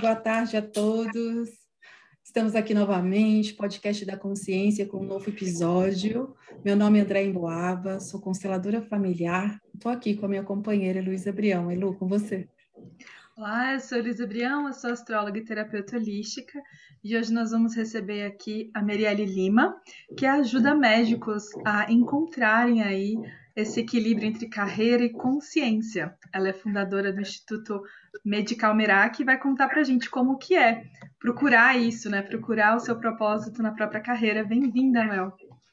boa tarde a todos. Estamos aqui novamente, podcast da consciência com um novo episódio. Meu nome é André Emboaba, sou consteladora familiar. Estou aqui com a minha companheira Luísa Brião. Lu, com você. Olá, eu sou Luísa Brião, eu sou astróloga e terapeuta holística e hoje nós vamos receber aqui a Merielle Lima, que ajuda médicos a encontrarem aí esse equilíbrio entre carreira e consciência. Ela é fundadora do Instituto Medical Merak e vai contar pra gente como que é procurar isso, né? Procurar o seu propósito na própria carreira. Bem-vinda, Mel.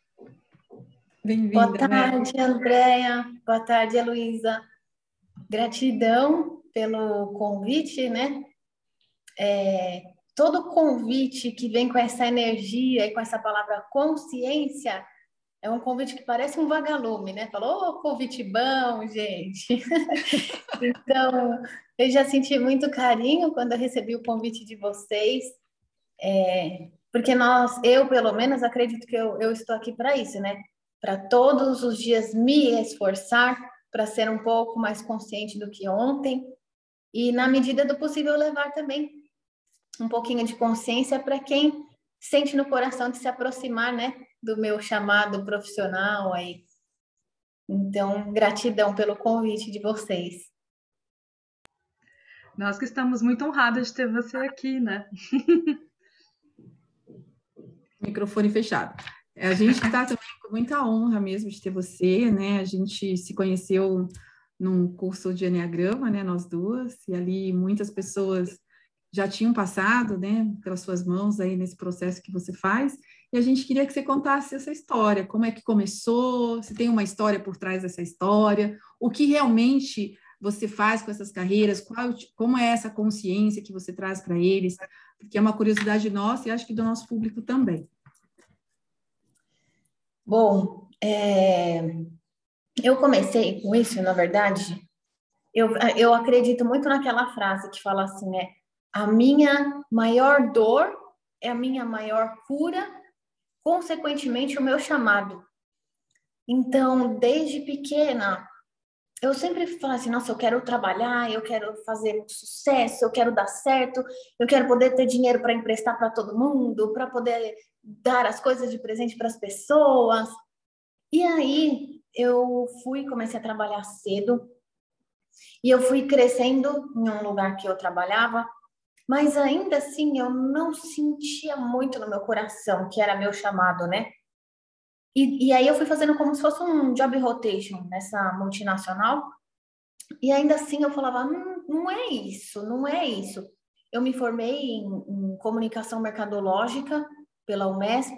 Boa tarde, Andréia. Boa tarde, Heloísa. Gratidão pelo convite, né? Todo convite que vem com essa energia e com essa palavra consciência é um convite que parece um vagalume, né? Falou, convite bom, gente. Então, eu já senti muito carinho quando eu recebi o convite de vocês, porque eu pelo menos acredito que eu estou aqui para isso, né? Para todos os dias me esforçar para ser um pouco mais consciente do que ontem e, na medida do possível, levar também um pouquinho de consciência para quem sente no coração de se aproximar, né, do meu chamado profissional aí. Então, gratidão pelo convite de vocês. Nós que estamos muito honradas de ter você aqui, né? Microfone fechado. A gente está também com muita honra mesmo de ter você, né? A gente se conheceu num curso de Enneagrama, né? Nós duas, e ali muitas pessoas já tinham passado, né? Pelas suas mãos aí nesse processo que você faz, e a gente queria que você contasse essa história, como é que começou, se tem uma história por trás dessa história, o que realmente você faz com essas carreiras, como é essa consciência que você traz para eles, porque é uma curiosidade nossa e acho que do nosso público também. Bom, eu comecei com isso, na verdade, eu acredito muito naquela frase que fala assim, a minha maior dor é a minha maior cura, consequentemente o meu chamado. Então, desde pequena, eu sempre falo assim, nossa, eu quero trabalhar, eu quero fazer muito sucesso, eu quero dar certo, eu quero poder ter dinheiro para emprestar para todo mundo, para poder dar as coisas de presente para as pessoas. E aí eu comecei a trabalhar cedo e eu fui crescendo em um lugar que eu trabalhava, mas ainda assim eu não sentia muito no meu coração que era meu chamado, né? E aí eu fui fazendo como se fosse um job rotation nessa multinacional. E ainda assim eu falava, não é isso, não é isso. Eu me formei em comunicação mercadológica pela Unesp.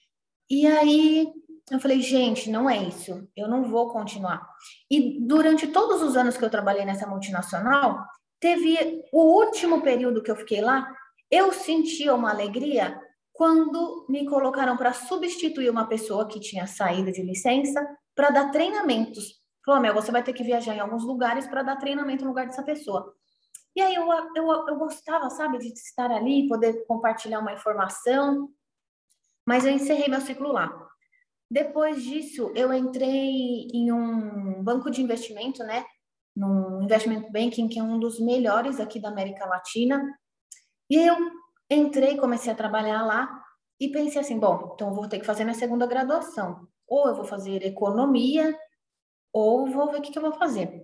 E aí eu falei, gente, não é isso, eu não vou continuar. E durante todos os anos que eu trabalhei nessa multinacional, teve o último período que eu fiquei lá, eu sentia uma alegria quando me colocaram para substituir uma pessoa que tinha saído de licença para dar treinamentos. Falou, Mel, você vai ter que viajar em alguns lugares para dar treinamento no lugar dessa pessoa. E aí eu gostava, sabe, de estar ali, poder compartilhar uma informação, mas eu encerrei meu ciclo lá. Depois disso, eu entrei em um banco de investimento, né? No Investment Banking, que é um dos melhores aqui da América Latina. E eu entrei, comecei a trabalhar lá e pensei assim, bom, então eu vou ter que fazer minha segunda graduação. Ou eu vou fazer economia, ou vou ver o que eu vou fazer.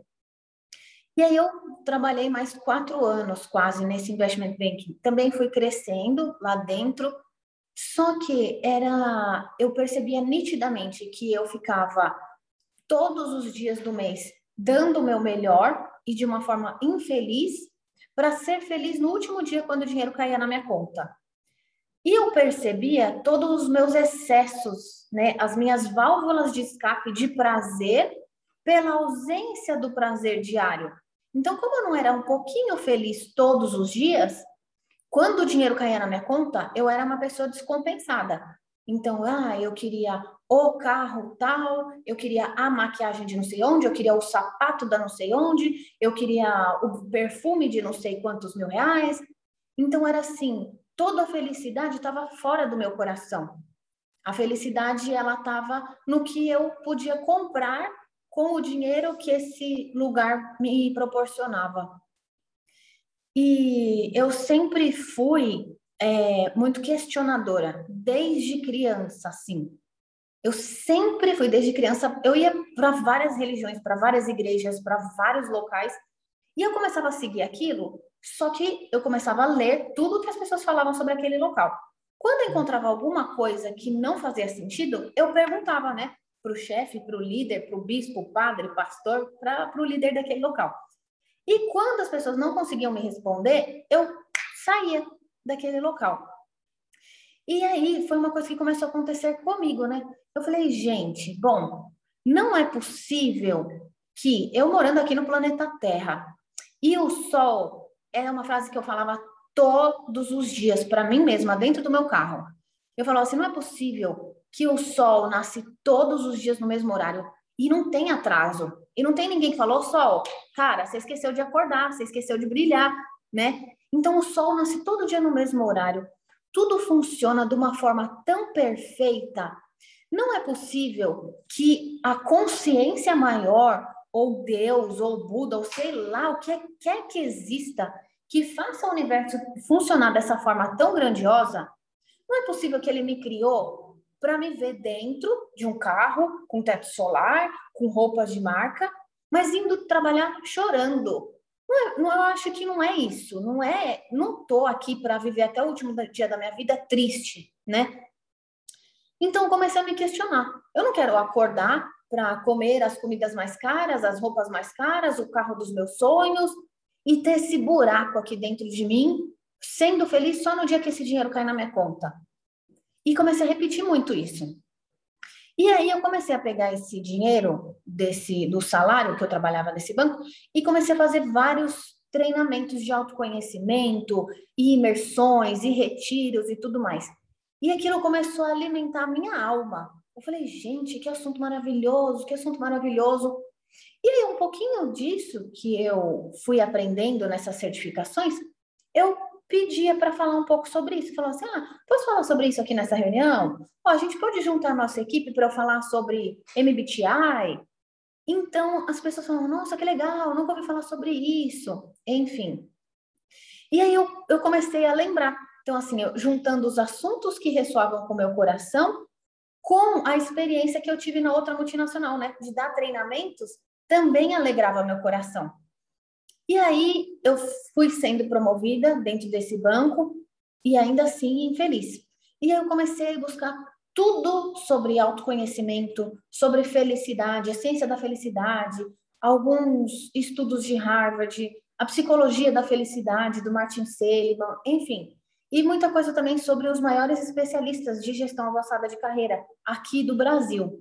E aí eu trabalhei mais 4 anos quase nesse Investment Banking. Também fui crescendo lá dentro, só que eu percebia nitidamente que eu ficava todos os dias do mês dando o meu melhor e de uma forma infeliz para ser feliz no último dia quando o dinheiro caía na minha conta. E eu percebia todos os meus excessos, né, as minhas válvulas de escape de prazer pela ausência do prazer diário. Então, como eu não era um pouquinho feliz todos os dias, quando o dinheiro caía na minha conta, eu era uma pessoa descompensada. Então, eu queria o carro tal, eu queria a maquiagem de não sei onde, eu queria o sapato da não sei onde, eu queria o perfume de não sei quantos mil reais. Então, era assim, toda a felicidade estava fora do meu coração. A felicidade, ela estava no que eu podia comprar com o dinheiro que esse lugar me proporcionava. E eu sempre fui muito questionadora, desde criança, assim. Eu sempre fui, desde criança, eu ia para várias religiões, para várias igrejas, para vários locais, e eu começava a seguir aquilo, só que eu começava a ler tudo que as pessoas falavam sobre aquele local. Quando eu encontrava alguma coisa que não fazia sentido, eu perguntava, né, para o chefe, para o líder, para o bispo, padre, pastor, para o líder daquele local. E quando as pessoas não conseguiam me responder, eu saía daquele local. E aí foi uma coisa que começou a acontecer comigo, né? Eu falei, gente, bom, não é possível que eu morando aqui no planeta Terra e o sol, é uma frase que eu falava todos os dias para mim mesma, dentro do meu carro. Eu falava assim, não é possível que o sol nasce todos os dias no mesmo horário e não tem atraso. E não tem ninguém que falou, sol, cara, você esqueceu de acordar, você esqueceu de brilhar, né? Então o sol nasce todo dia no mesmo horário. Tudo funciona de uma forma tão perfeita. Não é possível que a consciência maior, ou Deus, ou Buda, ou sei lá, o que quer que exista, que faça o universo funcionar dessa forma tão grandiosa, não é possível que ele me criou para me ver dentro de um carro, com teto solar, com roupas de marca, mas indo trabalhar chorando. Eu acho que não é isso, não tô aqui para viver até o último dia da minha vida triste, né? Então eu comecei a me questionar. Eu não quero acordar para comer as comidas mais caras, as roupas mais caras, o carro dos meus sonhos e ter esse buraco aqui dentro de mim, sendo feliz só no dia que esse dinheiro cai na minha conta. E comecei a repetir muito isso. E aí eu comecei a pegar esse dinheiro do salário que eu trabalhava nesse banco e comecei a fazer vários treinamentos de autoconhecimento, e imersões, e retiros e tudo mais. E aquilo começou a alimentar a minha alma. Eu falei, gente, que assunto maravilhoso, que assunto maravilhoso. E aí, um pouquinho disso que eu fui aprendendo nessas certificações, eu pedia para falar um pouco sobre isso. Falava assim, posso falar sobre isso aqui nessa reunião? A gente pode juntar a nossa equipe para eu falar sobre MBTI? Então, as pessoas falam, nossa, que legal, nunca ouvi falar sobre isso. Enfim. E aí eu comecei a lembrar. Então, assim, juntando os assuntos que ressoavam com o meu coração com a experiência que eu tive na outra multinacional, né? De dar treinamentos, também alegrava meu coração. E aí eu fui sendo promovida dentro desse banco e ainda assim infeliz. E aí eu comecei a buscar tudo sobre autoconhecimento, sobre felicidade, a ciência da felicidade, alguns estudos de Harvard, a psicologia da felicidade do Martin Seligman, enfim. E muita coisa também sobre os maiores especialistas de gestão avançada de carreira aqui do Brasil.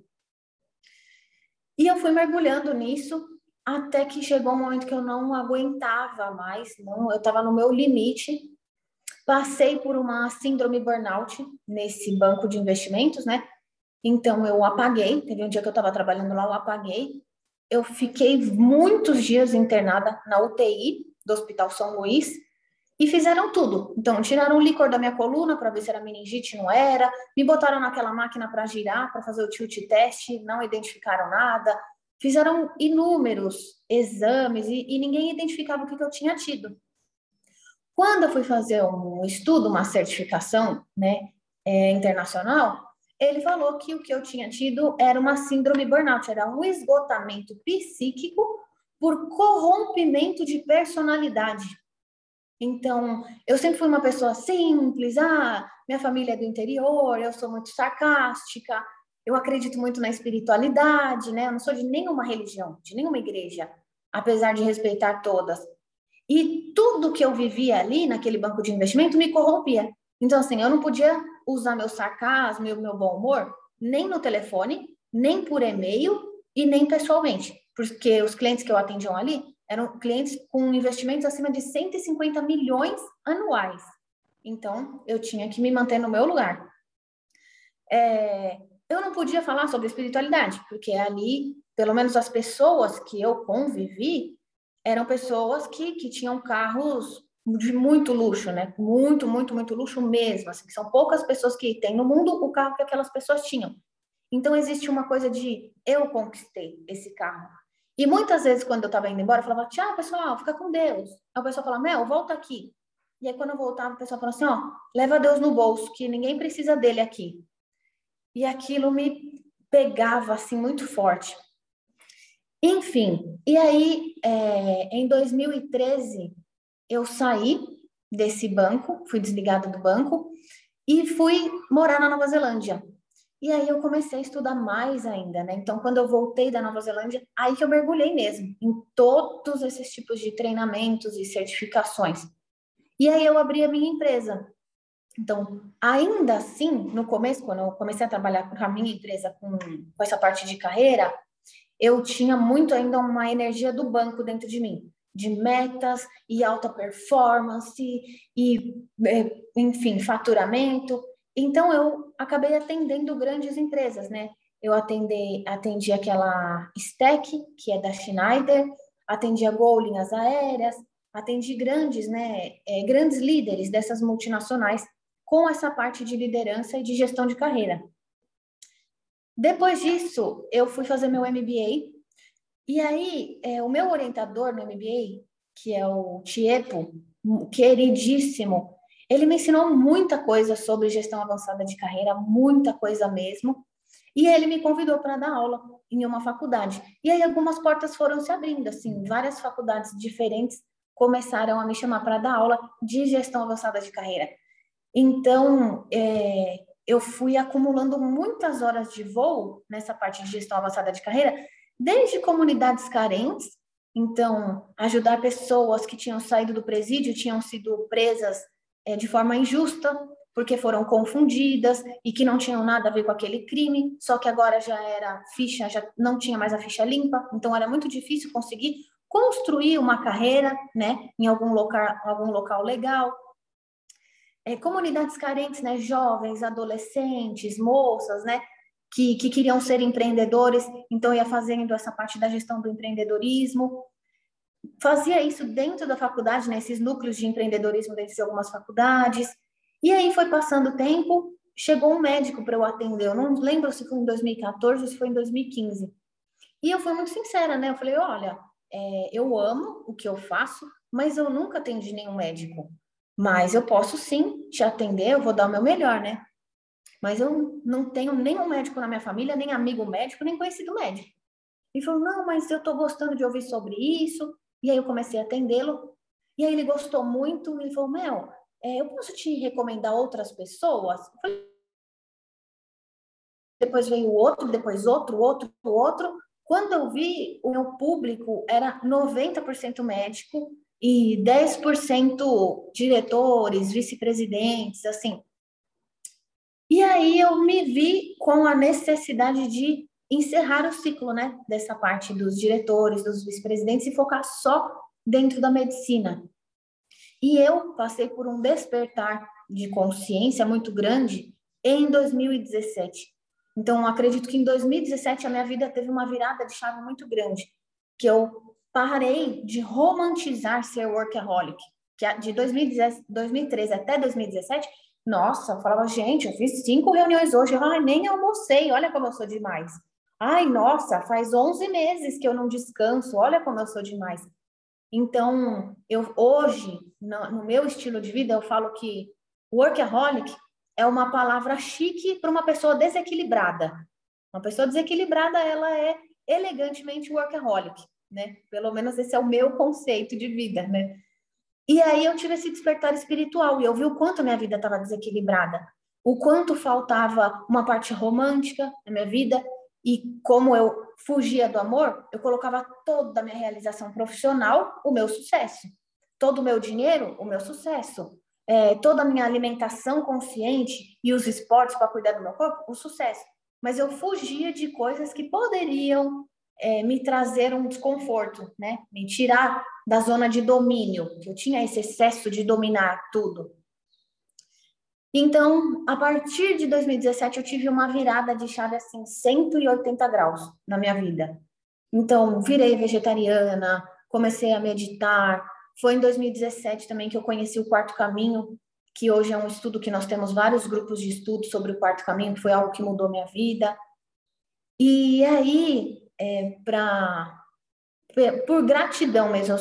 E eu fui mergulhando nisso até que chegou um momento que eu não aguentava mais, eu estava no meu limite. Passei por uma síndrome burnout nesse banco de investimentos, né? Então eu apaguei, teve um dia que eu estava trabalhando lá, eu apaguei. Eu fiquei muitos dias internada na UTI do Hospital São Luís e fizeram tudo. Então tiraram o líquor da minha coluna para ver se era meningite, não era. Me botaram naquela máquina para girar, para fazer o tilt test, não identificaram nada. Fizeram inúmeros exames e ninguém identificava o que eu tinha tido. Quando eu fui fazer um estudo, uma certificação, né, internacional, ele falou que o que eu tinha tido era uma síndrome burnout, era um esgotamento psíquico por corrompimento de personalidade. Então, eu sempre fui uma pessoa simples, minha família é do interior, eu sou muito sarcástica, eu acredito muito na espiritualidade, né? Eu não sou de nenhuma religião, de nenhuma igreja, apesar de respeitar todas. E tudo que eu vivia ali, naquele banco de investimento, me corrompia. Então, assim, eu não podia usar meu sarcasmo e o meu bom humor nem no telefone, nem por e-mail e nem pessoalmente. Porque os clientes que eu atendiam ali eram clientes com investimentos acima de 150 milhões anuais. Então, eu tinha que me manter no meu lugar. Eu não podia falar sobre espiritualidade, porque ali, pelo menos as pessoas que eu convivi, eram pessoas que tinham carros de muito luxo, né? Muito, muito, muito luxo mesmo. Assim, são poucas pessoas que têm no mundo o carro que aquelas pessoas tinham. Então, existe uma coisa de eu conquistei esse carro. E muitas vezes, quando eu estava indo embora, eu falava, tchau, pessoal, fica com Deus. Aí o pessoal falava, Mel, volta aqui. E aí, quando eu voltava, o pessoal falava assim, ó, leva Deus no bolso, que ninguém precisa dele aqui. E aquilo me pegava, assim, muito forte. Enfim, e aí, em 2013, eu saí desse banco, fui desligada do banco e fui morar na Nova Zelândia. E aí eu comecei a estudar mais ainda, né? Então, quando eu voltei da Nova Zelândia, aí que eu mergulhei mesmo em todos esses tipos de treinamentos e certificações. E aí eu abri a minha empresa. Então, ainda assim, no começo, quando eu comecei a trabalhar com a minha empresa com essa parte de carreira, eu tinha muito ainda uma energia do banco dentro de mim, de metas e alta performance e, enfim, faturamento. Então, eu acabei atendendo grandes empresas, né? Eu atendi aquela Stack, que é da Schneider, atendi a Gol Linhas Aéreas, atendi grandes, né? Grandes líderes dessas multinacionais com essa parte de liderança e de gestão de carreira. Depois disso, eu fui fazer meu MBA. E aí, o meu orientador no MBA, que é o Tiepo, queridíssimo, ele me ensinou muita coisa sobre gestão avançada de carreira, muita coisa mesmo. E ele me convidou para dar aula em uma faculdade. E aí algumas portas foram se abrindo, assim, várias faculdades diferentes começaram a me chamar para dar aula de gestão avançada de carreira. Então, eu fui acumulando muitas horas de voo nessa parte de gestão avançada de carreira, desde comunidades carentes, então, ajudar pessoas que tinham saído do presídio, tinham sido presas de forma injusta, porque foram confundidas e que não tinham nada a ver com aquele crime, só que agora já era ficha, já não tinha mais a ficha limpa, então era muito difícil conseguir construir uma carreira, né, em algum local legal. Comunidades carentes, né, jovens, adolescentes, moças, né, que queriam ser empreendedores, então ia fazendo essa parte da gestão do empreendedorismo. Fazia isso dentro da faculdade, né, esses núcleos de empreendedorismo dentro de algumas faculdades. E aí foi passando o tempo, chegou um médico para eu atender. Eu não lembro se foi em 2014 ou se foi em 2015. E eu fui muito sincera, né? Eu falei, olha, eu amo o que eu faço, mas eu nunca atendi nenhum médico. Mas eu posso sim te atender, eu vou dar o meu melhor, né? Mas eu não tenho nenhum médico na minha família, nem amigo médico, nem conhecido médico. Ele falou, não, mas eu tô gostando de ouvir sobre isso. E aí eu comecei a atendê-lo. E aí ele gostou muito. Ele falou, Mel, eu posso te recomendar outras pessoas? Depois veio outro, depois outro. Quando eu vi, o meu público era 90% médico e 10% diretores, vice-presidentes, assim. E aí eu me vi com a necessidade de encerrar o ciclo, né, dessa parte dos diretores, dos vice-presidentes e focar só dentro da medicina. E eu passei por um despertar de consciência muito grande em 2017. Então, acredito que em 2017 a minha vida teve uma virada de chave muito grande, que eu parei de romantizar ser workaholic, que de 2013 até 2017, nossa, eu falava, gente, eu fiz 5 reuniões hoje, ai, nem almocei, olha como eu sou demais. Ai, nossa, faz 11 meses que eu não descanso, olha como eu sou demais. Então, eu hoje, no meu estilo de vida, eu falo que workaholic é uma palavra chique para uma pessoa desequilibrada. Uma pessoa desequilibrada, ela é elegantemente workaholic, né? Pelo menos esse é o meu conceito de vida, né? E aí eu tive esse despertar espiritual e eu vi o quanto a minha vida estava desequilibrada, o quanto faltava uma parte romântica na minha vida e como eu fugia do amor, eu colocava toda a minha realização profissional, o meu sucesso, todo o meu dinheiro, o meu sucesso, toda a minha alimentação consciente e os esportes para cuidar do meu corpo, o sucesso. Mas eu fugia de coisas que poderiam me trazer um desconforto, né? Me tirar da zona de domínio, que eu tinha esse excesso de dominar tudo. Então, a partir de 2017, eu tive uma virada de chave, assim, 180 graus na minha vida. Então, virei vegetariana, comecei a meditar. Foi em 2017 também que eu conheci o Quarto Caminho, que hoje é um estudo que nós temos vários grupos de estudo sobre o Quarto Caminho, que foi algo que mudou minha vida. E aí, para por gratidão mesmo,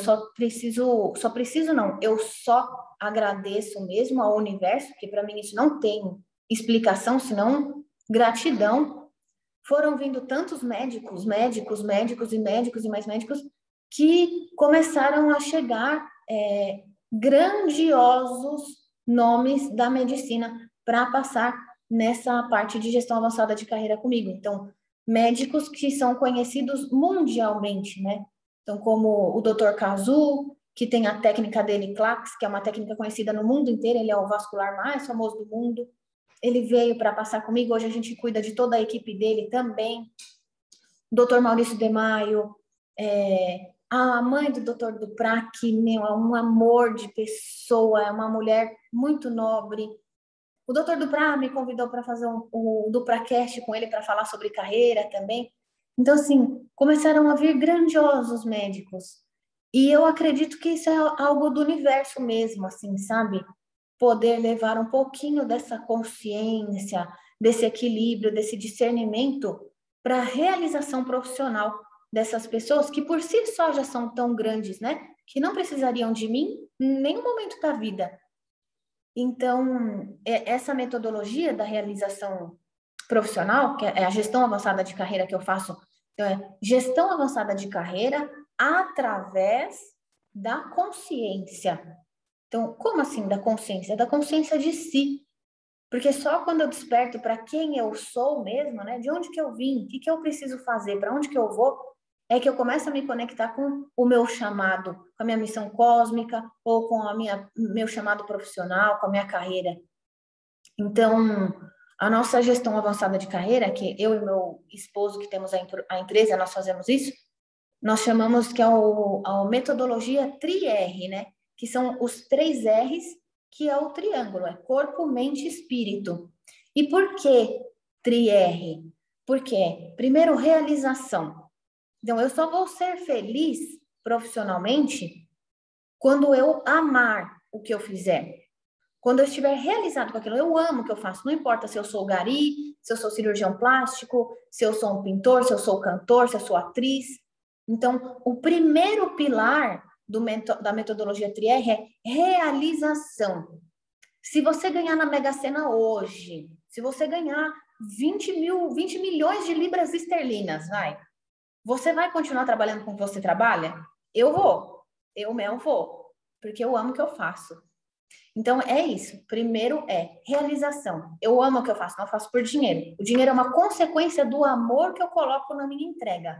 eu só agradeço mesmo ao universo, que para mim isso não tem explicação, senão gratidão. Foram vindo tantos médicos e mais médicos, que começaram a chegar grandiosos nomes da medicina para passar nessa parte de gestão avançada de carreira comigo. Então, médicos que são conhecidos mundialmente, né? Então, como o Dr. Kazu, que tem a técnica dele, CLACS, que é uma técnica conhecida no mundo inteiro, ele é o vascular mais famoso do mundo. Ele veio para passar comigo, hoje a gente cuida de toda a equipe dele também. O Dr. Maurício de Maio, a mãe do Dr. Duprat, que, meu, é um amor de pessoa, é uma mulher muito nobre. O Dr. Duprat me convidou para fazer o Dupracast com ele para falar sobre carreira também. Então, assim, começaram a vir grandiosos médicos. E eu acredito que isso é algo do universo mesmo, assim, sabe? Poder levar um pouquinho dessa consciência, desse equilíbrio, desse discernimento para a realização profissional dessas pessoas que por si só já são tão grandes, né? Que não precisariam de mim em nenhum momento da vida. Então, essa metodologia da realização profissional, que é a gestão avançada de carreira que eu faço, então gestão avançada de carreira através da consciência. Então, como assim da consciência? Da consciência de si. Porque só quando eu desperto para quem eu sou mesmo, né? De onde que eu vim, o que eu preciso fazer, para onde que eu vou, é que eu começo a me conectar com o meu chamado, com a minha missão cósmica, ou com meu chamado profissional, com a minha carreira. Então, a nossa gestão avançada de carreira, que eu e meu esposo, que temos a empresa, nós fazemos isso, nós chamamos que é a metodologia TRI-R, né? Que são os 3 R's, que é o triângulo, é corpo, mente e espírito. E por que TRI-R? Porque, primeiro, realização. Então, eu só vou ser feliz profissionalmente quando eu amar o que eu fizer. Quando eu estiver realizado com aquilo, eu amo o que eu faço. Não importa se eu sou gari, se eu sou cirurgião plástico, se eu sou um pintor, se eu sou cantor, se eu sou atriz. Então, o primeiro pilar da metodologia TRI-R é realização. Se você ganhar na Mega Sena hoje, se você ganhar 20 milhões de libras esterlinas, você vai continuar trabalhando com o que você trabalha? Eu vou, porque eu amo o que eu faço. Então, é isso. Primeiro é realização. Eu amo o que eu faço, não faço por dinheiro. O dinheiro é uma consequência do amor que eu coloco na minha entrega.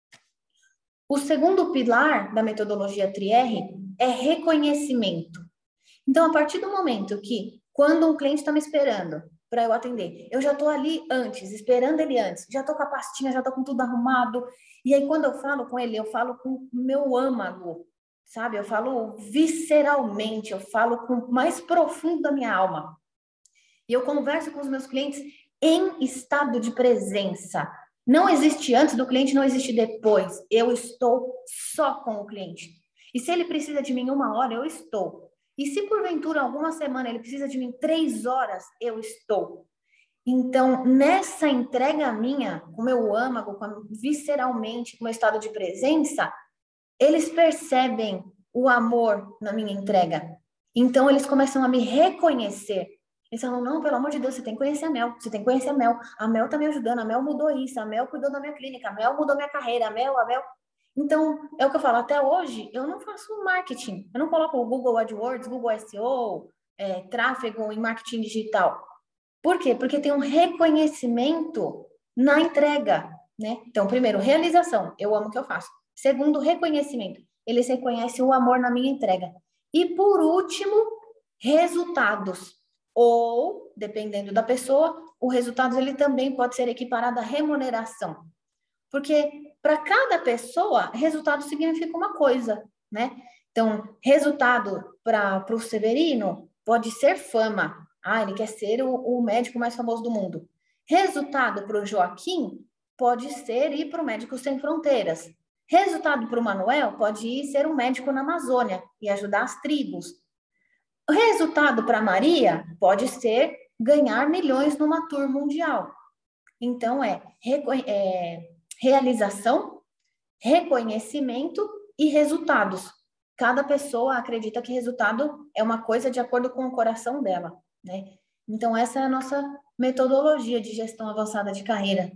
O segundo pilar da metodologia TRI-R é reconhecimento. Então, a partir do momento que, quando um cliente está me esperando para eu atender, eu já estou ali antes, esperando ele antes, já estou com a pastinha, já estou com tudo arrumado. E aí, quando eu falo com ele, eu falo com o meu âmago, sabe? Eu falo visceralmente, eu falo com o mais profundo da minha alma. E eu converso com os meus clientes em estado de presença. Não existe antes do cliente, não existe depois. Eu estou só com o cliente. E se ele precisa de mim 1 hora, eu estou. E se porventura alguma semana ele precisa de mim 3 horas, eu estou. Então, nessa entrega minha, com o meu âmago, visceralmente, com o meu estado de presença, eles percebem o amor na minha entrega. Então, eles começam a me reconhecer. Eles falam, não, pelo amor de Deus, você tem que conhecer a Mel. Você tem que conhecer a Mel. A Mel tá me ajudando, a Mel mudou isso, a Mel cuidou da minha clínica, a Mel mudou minha carreira, a Mel. Então, é o que eu falo, até hoje, eu não faço marketing. Eu não coloco o Google AdWords, Google SEO, tráfego em marketing digital. Por quê? Porque tem um reconhecimento na entrega, né? Então, primeiro, realização. Eu amo o que eu faço. Segundo, reconhecimento. Eles reconhecem o amor na minha entrega. E, por último, resultados. Ou, dependendo da pessoa, o resultado ele também pode ser equiparado à remuneração. Porque, para cada pessoa, resultado significa uma coisa, né? Então, resultado para o Severino pode ser fama. Ele quer ser o médico mais famoso do mundo. Resultado para o Joaquim pode ser ir para o Médicos Sem Fronteiras. Resultado para o Manuel pode ir ser um médico na Amazônia e ajudar as tribos. O resultado para a Maria pode ser ganhar milhões numa tour mundial. Então, realização, reconhecimento e resultados. Cada pessoa acredita que resultado é uma coisa de acordo com o coração dela, né? Então, essa é a nossa metodologia de gestão avançada de carreira.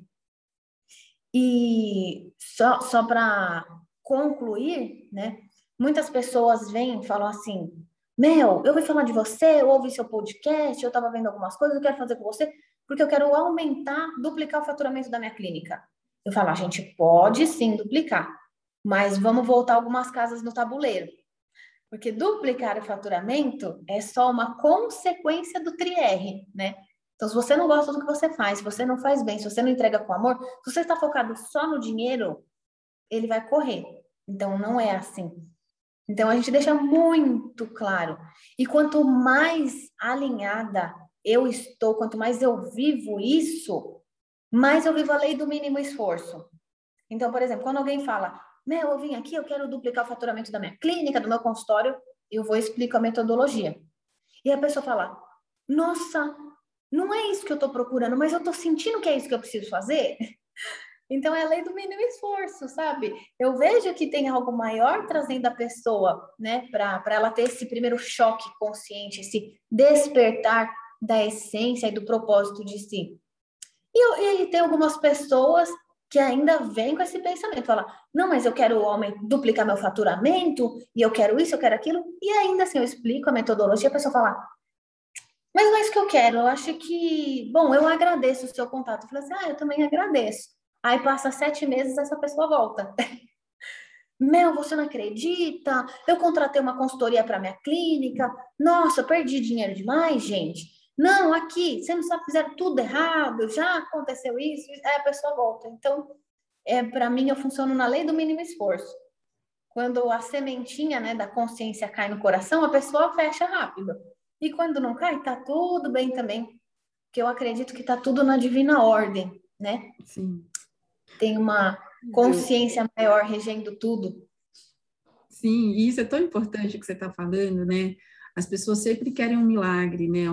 E só para concluir, né? Muitas pessoas vêm e falam assim, eu ouvi falar de você, eu ouvi seu podcast, eu estava vendo algumas coisas, eu quero fazer com você, porque eu quero aumentar, duplicar o faturamento da minha clínica. Eu falo, a gente pode sim duplicar, mas vamos voltar algumas casas no tabuleiro. Porque duplicar o faturamento é só uma consequência do TRIR, né? Então, se você não gosta do que você faz, se você não faz bem, se você não entrega com amor, se você está focado só no dinheiro, ele vai correr. Então, não é assim. Então, a gente deixa muito claro. E quanto mais alinhada eu estou, quanto mais eu vivo isso, mais eu vivo a lei do mínimo esforço. Então, por exemplo, quando alguém fala, eu vim aqui, eu quero duplicar o faturamento da minha clínica, do meu consultório, eu vou explicar a metodologia. E a pessoa fala, nossa, não é isso que eu estou procurando, mas eu estou sentindo que é isso que eu preciso fazer. Então, é a lei do mínimo esforço, sabe? Eu vejo que tem algo maior trazendo a pessoa, né, para ela ter esse primeiro choque consciente, esse despertar da essência e do propósito de si. E tem algumas pessoas que ainda vêm com esse pensamento, fala, não, mas eu quero duplicar meu faturamento, e eu quero isso, eu quero aquilo, e ainda assim eu explico a metodologia, a pessoa fala, mas não é isso que eu quero, eu acho que, bom, eu agradeço o seu contato. Eu falei assim, eu também agradeço. Aí passa 7 meses, essa pessoa volta. Você não acredita? Eu contratei uma consultoria para minha clínica. Nossa, eu perdi dinheiro demais, gente. Não, aqui, você não sabe, fizeram tudo errado, já aconteceu isso. Aí a pessoa volta. Então, para mim, eu funciono na lei do mínimo esforço. Quando a sementinha, né, da consciência cai no coração, a pessoa fecha rápido. E quando não cai, tá tudo bem também. Porque eu acredito que tá tudo na divina ordem, né? Sim. Tem uma consciência maior regendo tudo. Sim, e isso é tão importante o que você está falando, né? As pessoas sempre querem um milagre, né?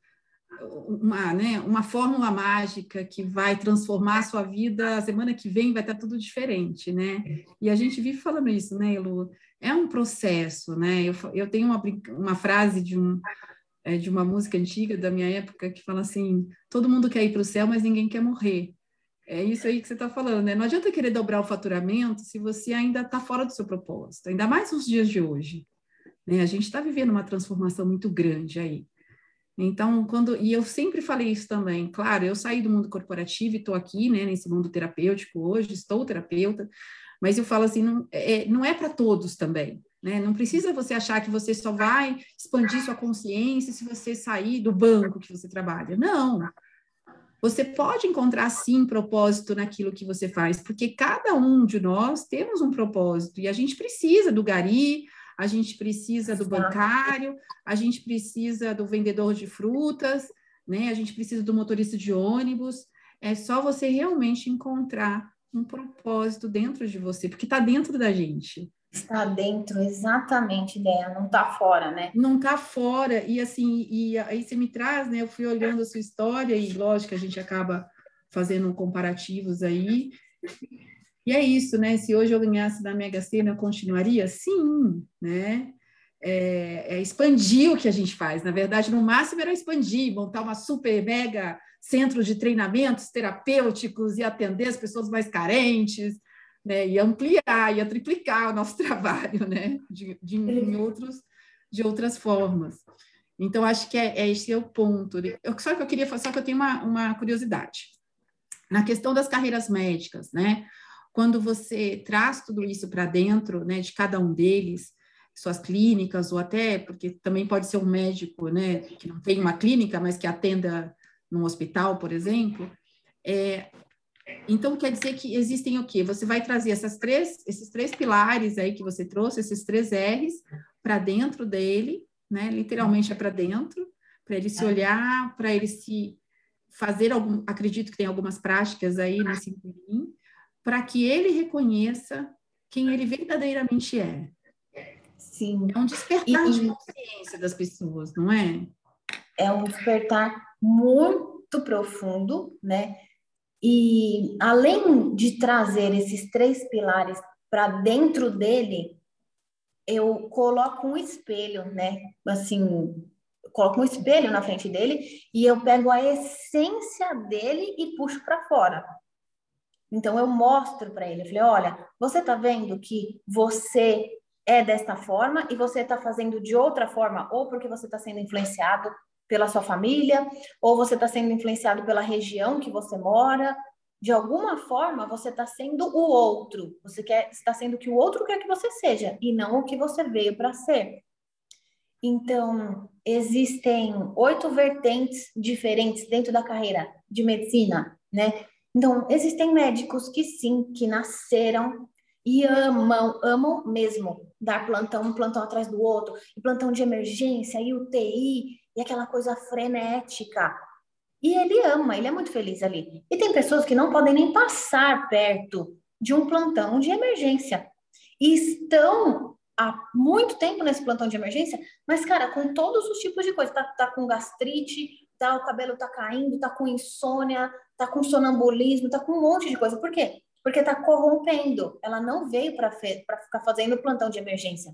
Uma fórmula mágica que vai transformar a sua vida, a semana que vem vai estar tudo diferente, né? E a gente vive falando isso, né, Elu? É um processo, né? Eu tenho uma frase de uma música antiga da minha época que fala assim, todo mundo quer ir para o céu, mas ninguém quer morrer. É isso aí que você está falando, né? Não adianta querer dobrar o faturamento se você ainda está fora do seu propósito, ainda mais nos dias de hoje, né? A gente está vivendo uma transformação muito grande aí. Então, e eu sempre falei isso também, claro, eu saí do mundo corporativo e estou aqui, né, nesse mundo terapêutico hoje, estou terapeuta, mas eu falo assim, não é para todos também, né? Não precisa você achar que você só vai expandir sua consciência se você sair do banco que você trabalha. Não. Você pode encontrar, sim, propósito naquilo que você faz, porque cada um de nós temos um propósito, e a gente precisa do gari, a gente precisa do bancário, a gente precisa do vendedor de frutas, né? A gente precisa do motorista de ônibus. É só você realmente encontrar um propósito dentro de você, porque está dentro da gente. Está dentro, exatamente, Dea, não está fora, né? Não está fora, e assim, e aí você me traz, né? Eu fui olhando a sua história, e lógico que a gente acaba fazendo comparativos aí. E é isso, né? Se hoje eu ganhasse na Mega Sena, eu continuaria? Sim, né? Expandir o que a gente faz. Na verdade, no máximo era expandir, montar uma super mega centro de treinamentos terapêuticos e atender as pessoas mais carentes, né? E ampliar, e triplicar o nosso trabalho, né? De outras formas. Então, acho que esse é o ponto. Só que eu queria falar, só que eu tenho uma curiosidade. Na questão das carreiras médicas, né? Quando você traz tudo isso para dentro, né, de cada um deles, suas clínicas, ou até, porque também pode ser um médico, né, que não tem uma clínica, mas que atenda num hospital, por exemplo, então quer dizer que existem o quê? Você vai trazer esses três pilares aí que você trouxe, esses 3 R's, para dentro dele, né, literalmente é para dentro, para ele se olhar, para ele se fazer acredito que tem algumas práticas aí nesse interim, para que ele reconheça quem ele verdadeiramente é. Sim. É um despertar de consciência das pessoas, não é? É um despertar muito profundo, né? E além de trazer esses 3 pilares para dentro dele, eu coloco um espelho, né? Assim, coloco um espelho na frente dele e eu pego a essência dele e puxo para fora. Então eu mostro para ele, eu falei, olha, você tá vendo que você é desta forma e você tá fazendo de outra forma, ou porque você está sendo influenciado pela sua família, ou você está sendo influenciado pela região que você mora. De alguma forma, você está sendo o outro. Você está sendo o que o outro quer que você seja e não o que você veio para ser. Então, existem 8 vertentes diferentes dentro da carreira de medicina, né? Então, existem médicos que sim, que nasceram e amam mesmo dar plantão, um plantão atrás do outro, e plantão de emergência, e UTI, e aquela coisa frenética. E ele ama, ele é muito feliz ali. E tem pessoas que não podem nem passar perto de um plantão de emergência. E estão há muito tempo nesse plantão de emergência, mas, cara, com todos os tipos de coisa. Tá com gastrite, o cabelo tá caindo, tá com insônia, tá com sonambulismo, tá com um monte de coisa. Por quê? Porque tá corrompendo. Ela não veio para ficar fazendo plantão de emergência.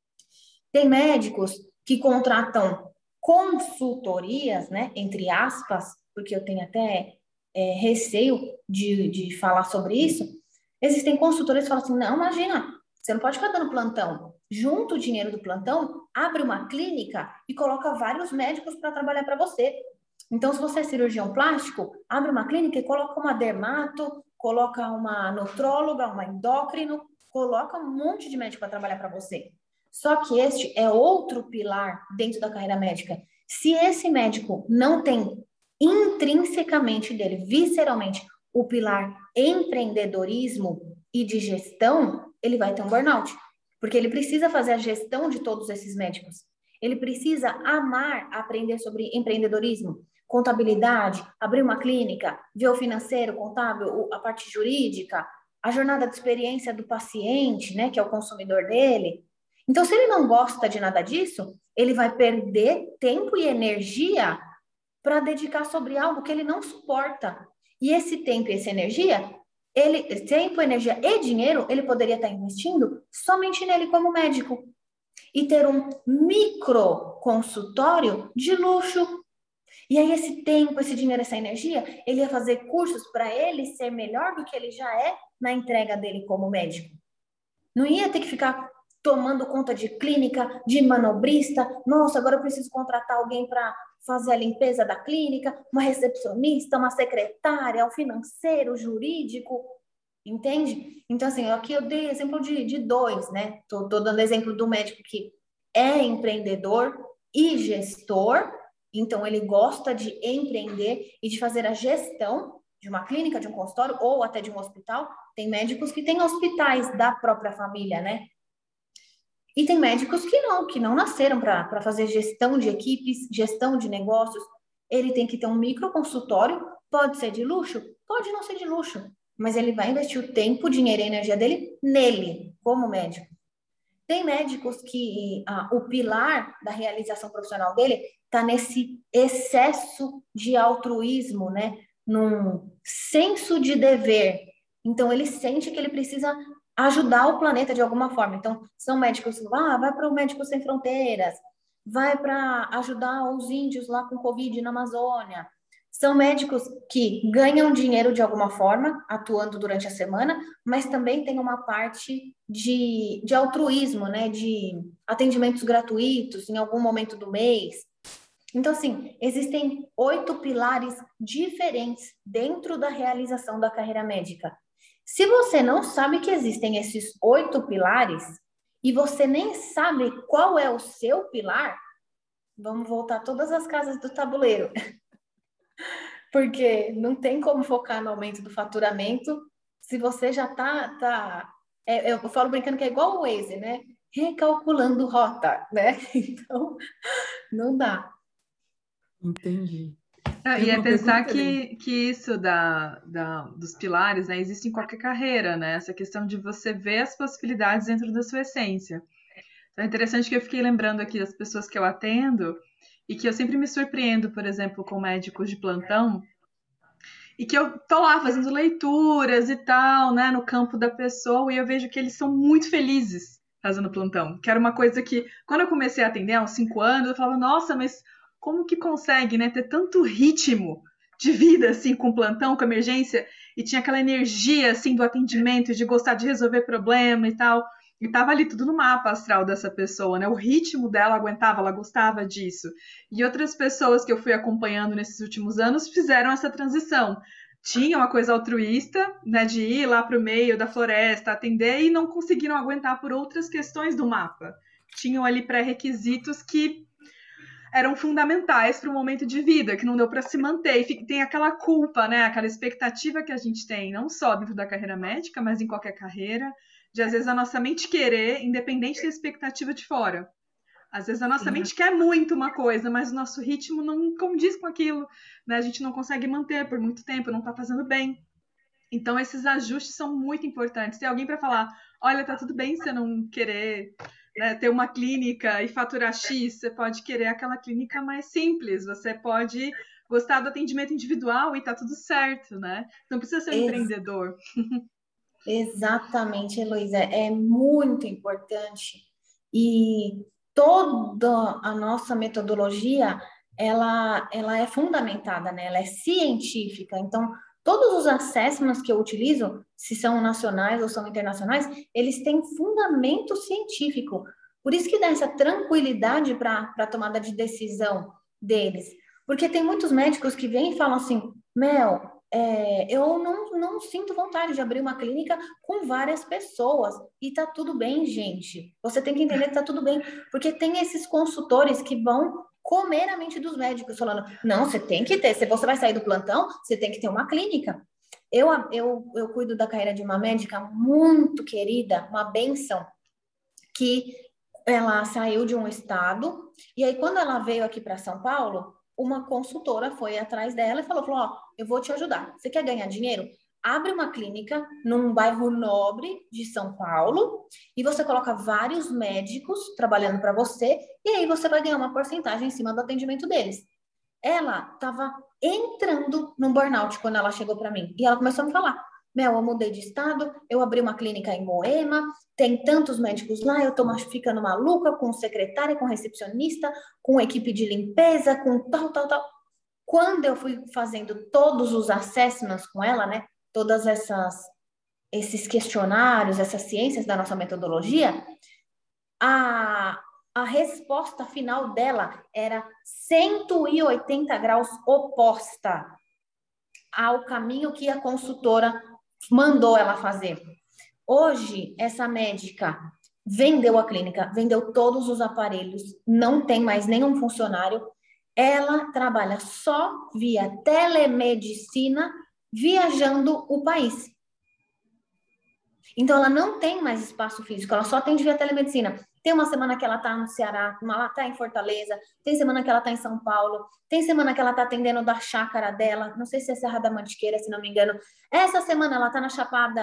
Tem médicos que contratam consultorias, né, entre aspas, porque eu tenho até receio de falar sobre isso. Existem consultorias que falam assim, não, imagina, você não pode ficar dando plantão. Junta o dinheiro do plantão, abre uma clínica e coloca vários médicos para trabalhar para você. Então, se você é cirurgião plástico, abre uma clínica e coloca uma dermato, coloca uma nutróloga, uma endócrino, coloca um monte de médico para trabalhar para você. Só que este é outro pilar dentro da carreira médica. Se esse médico não tem intrinsecamente dele, visceralmente, o pilar empreendedorismo e de gestão, ele vai ter um burnout. Porque ele precisa fazer a gestão de todos esses médicos. Ele precisa amar aprender sobre empreendedorismo, contabilidade, abrir uma clínica, ver o financeiro, contábil, a parte jurídica, a jornada de experiência do paciente, né, que é o consumidor dele. Então, se ele não gosta de nada disso, ele vai perder tempo e energia para dedicar sobre algo que ele não suporta. E esse tempo e essa energia, tempo, energia e dinheiro, ele poderia estar investindo somente nele como médico. E ter um micro consultório de luxo. E aí esse tempo, esse dinheiro, essa energia, ele ia fazer cursos para ele ser melhor do que ele já é na entrega dele como médico. Não ia ter que ficar tomando conta de clínica, de manobrista. Nossa, agora eu preciso contratar alguém para fazer a limpeza da clínica, uma recepcionista, uma secretária, um financeiro, jurídico, entende? Então, assim, aqui eu dei exemplo de 2, né? Tô dando exemplo do médico que é empreendedor e gestor, então ele gosta de empreender e de fazer a gestão de uma clínica, de um consultório ou até de um hospital. Tem médicos que têm hospitais da própria família, né? E tem médicos que não nasceram para fazer gestão de equipes, gestão de negócios. Ele tem que ter um microconsultório, pode ser de luxo, pode não ser de luxo, mas ele vai investir o tempo, o dinheiro e a energia dele nele, como médico. Tem médicos que o pilar da realização profissional dele está nesse excesso de altruísmo, né? Num senso de dever. Então, ele sente que ele precisa ajudar o planeta de alguma forma. Então, são médicos que vai para o Médicos Sem Fronteiras, vai para ajudar os índios lá com Covid na Amazônia. São médicos que ganham dinheiro de alguma forma, atuando durante a semana, mas também tem uma parte de altruísmo, né? De atendimentos gratuitos em algum momento do mês. Então, assim, existem 8 pilares diferentes dentro da realização da carreira médica. Se você não sabe que existem esses 8 pilares e você nem sabe qual é o seu pilar, vamos voltar todas as casas do tabuleiro. Porque não tem como focar no aumento do faturamento se você já tá eu falo brincando que é igual o Waze, né? Recalculando rota, né? Então, não dá. Entendi. E é pensar que isso dos pilares, né, existe em qualquer carreira, né? Essa questão de você ver as possibilidades dentro da sua essência. Então é interessante que eu fiquei lembrando aqui das pessoas que eu atendo e que eu sempre me surpreendo, por exemplo, com médicos de plantão. e que eu tô lá fazendo leituras e tal, né, no campo da pessoa, e eu vejo que eles são muito felizes fazendo plantão, que era uma coisa que, quando eu comecei a atender há uns 5 anos, eu falava, nossa, mas como que consegue, né, ter tanto ritmo de vida, assim, com plantão, com emergência, e tinha aquela energia, assim, do atendimento, de gostar de resolver problema e tal, e tava ali tudo no mapa astral dessa pessoa, né, o ritmo dela aguentava, ela gostava disso. E outras pessoas que eu fui acompanhando nesses últimos anos fizeram essa transição. Tinha uma coisa altruísta, né, de ir lá para o meio da floresta, atender, e não conseguiram aguentar por outras questões do mapa. Tinham ali pré-requisitos que eram fundamentais para o momento de vida, que não deu para se manter. E tem aquela culpa, né, aquela expectativa que a gente tem, não só dentro da carreira médica, mas em qualquer carreira, de às vezes a nossa mente querer, independente da expectativa de fora. Às vezes a nossa mente quer muito uma coisa, mas o nosso ritmo não condiz com aquilo, né? A gente não consegue manter por muito tempo, não está fazendo bem. Então esses ajustes são muito importantes. Tem alguém para falar, olha, tá tudo bem você não querer, né, ter uma clínica e faturar X, você pode querer aquela clínica mais simples, você pode gostar do atendimento individual e tá tudo certo, né? Não precisa ser um empreendedor. Exatamente, Heloísa, é muito importante e toda a nossa metodologia, ela é fundamentada, né? Ela é científica, então todos os assessments que eu utilizo, se são nacionais ou são internacionais, eles têm fundamento científico, por isso que dá essa tranquilidade para a tomada de decisão deles, porque tem muitos médicos que vêm e falam assim, Mel, eu não sinto vontade de abrir uma clínica com várias pessoas. E tá tudo bem, gente. Você tem que entender que tá tudo bem. Porque tem esses consultores que vão comer a mente dos médicos, falando, não, você tem que ter, se você vai sair do plantão, você tem que ter uma clínica. Eu cuido da carreira de uma médica muito querida, uma bênção, que ela saiu de um estado, e aí quando ela veio aqui para São Paulo, uma consultora foi atrás dela e falou, ó, eu vou te ajudar. Você quer ganhar dinheiro? Abre uma clínica num bairro nobre de São Paulo e você coloca vários médicos trabalhando para você e aí você vai ganhar uma porcentagem em cima do atendimento deles. Ela estava entrando num burnout quando ela chegou para mim e ela começou a me falar, Mel, eu mudei de estado, eu abri uma clínica em Moema, tem tantos médicos lá, eu tô ficando maluca com secretária, com recepcionista, com equipe de limpeza, com tal, tal, tal. Quando eu fui fazendo todos os assessments com ela, né, todas esses questionários, essas ciências da nossa metodologia, a resposta final dela era 180 graus oposta ao caminho que a consultora mandou ela fazer. Hoje, essa médica vendeu a clínica, vendeu todos os aparelhos, não tem mais nenhum funcionário. Ela trabalha só via telemedicina, viajando o país. Então, ela não tem mais espaço físico, ela só atende via telemedicina. Tem uma semana que ela está no Ceará, ela está em Fortaleza, tem semana que ela está em São Paulo, tem semana que ela está atendendo da chácara dela, não sei se é Serra da Mantiqueira, se não me engano. Essa semana ela está na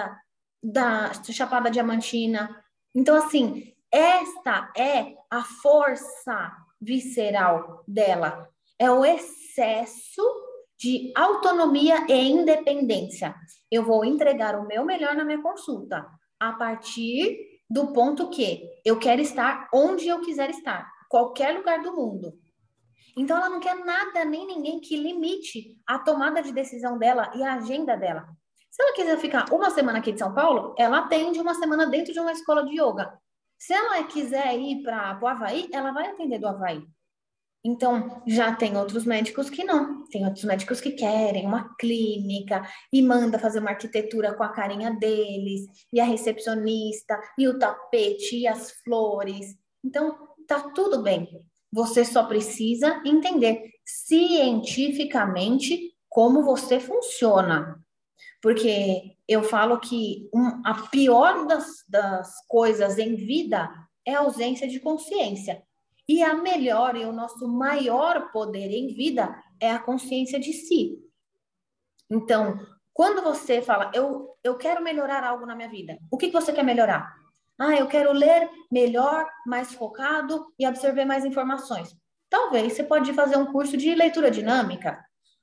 Chapada Diamantina. Então, assim, esta é a força visceral dela. É o excesso de autonomia e independência. Eu vou entregar o meu melhor na minha consulta, a partir do ponto que eu quero estar onde eu quiser estar, qualquer lugar do mundo. Então, ela não quer nada nem ninguém que limite a tomada de decisão dela e a agenda dela. Se ela quiser ficar uma semana aqui de São Paulo, ela atende uma semana dentro de uma escola de yoga. Se ela quiser ir para o Havaí, ela vai atender do Havaí. Então, já tem outros médicos que não. Tem outros médicos que querem uma clínica e manda fazer uma arquitetura com a carinha deles, e a recepcionista, e o tapete, e as flores. Então, tá tudo bem. Você só precisa entender cientificamente como você funciona. Porque eu falo que a pior das coisas em vida é a ausência de consciência. E a melhor e o nosso maior poder em vida é a consciência de si. Então, quando você fala, eu quero melhorar algo na minha vida, o que você quer melhorar? Eu quero ler melhor, mais focado e absorver mais informações. Talvez você pode fazer um curso de leitura dinâmica.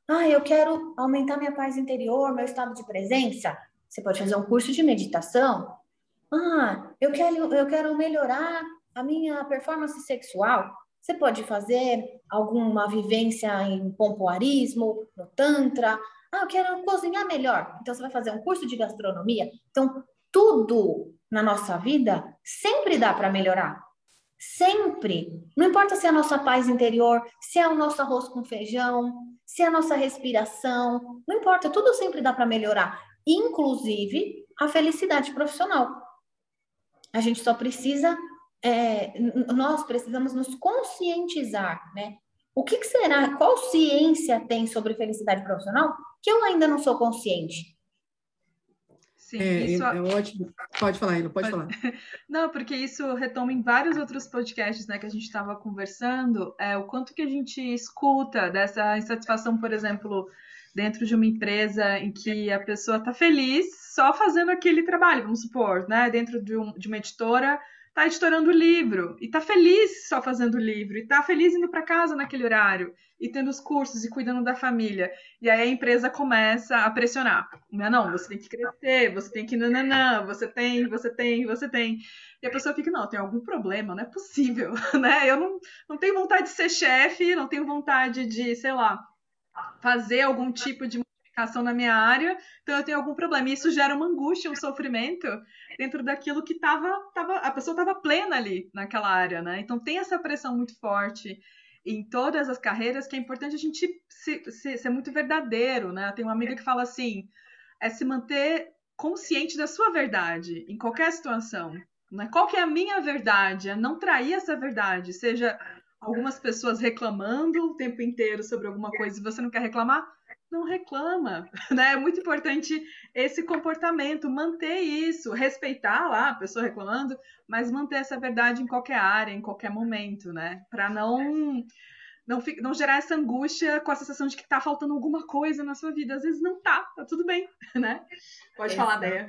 Ah, eu quero aumentar minha paz interior, meu estado de presença. Você pode fazer um curso de meditação. Ah, eu quero melhorar a minha performance sexual. Você pode fazer alguma vivência em pompoarismo, no tantra. Ah, eu quero cozinhar melhor. Então você vai fazer um curso de gastronomia. Então, tudo na nossa vida sempre dá para melhorar. Sempre. Não importa se é a nossa paz interior, se é o nosso arroz com feijão, se é a nossa respiração, não importa, tudo sempre dá para melhorar, inclusive a felicidade profissional. A gente só precisa, nós precisamos nos conscientizar, né? O que será, qual ciência tem sobre felicidade profissional que eu ainda não sou consciente? Sim, isso É ótimo. Pode falar, Ela, pode falar. Não, porque isso retoma em vários outros podcasts, né, que a gente estava conversando, o quanto que a gente escuta dessa insatisfação, por exemplo, dentro de uma empresa em que a pessoa está feliz só fazendo aquele trabalho, vamos supor, né, dentro de uma editora, está editorando o livro e está feliz só fazendo o livro e está feliz indo para casa naquele horário e tendo os cursos e cuidando da família. E aí a empresa começa a pressionar. Não, você tem que crescer, você tem que nananã, você tem. E a pessoa fica, não, tem algum problema, não é possível, né? Eu não tenho vontade de ser chefe, não tenho vontade de, sei lá, fazer algum tipo de modificação na minha área, então eu tenho algum problema. E isso gera uma angústia, um sofrimento dentro daquilo que a pessoa estava plena ali naquela área, né? Então tem essa pressão muito forte em todas as carreiras que é importante a gente ser muito verdadeiro, né? Tem uma amiga que fala assim, se manter consciente da sua verdade em qualquer situação. Né? Qual que é a minha verdade? É não trair essa verdade, seja algumas pessoas reclamando o tempo inteiro sobre alguma coisa e você não quer reclamar, não reclama, né? É muito importante esse comportamento, manter isso, respeitar lá a pessoa reclamando, mas manter essa verdade em qualquer área, em qualquer momento, né? Para não gerar essa angústia com a sensação de que tá faltando alguma coisa na sua vida. Às vezes não tá tudo bem, né? Pode falar, Deia.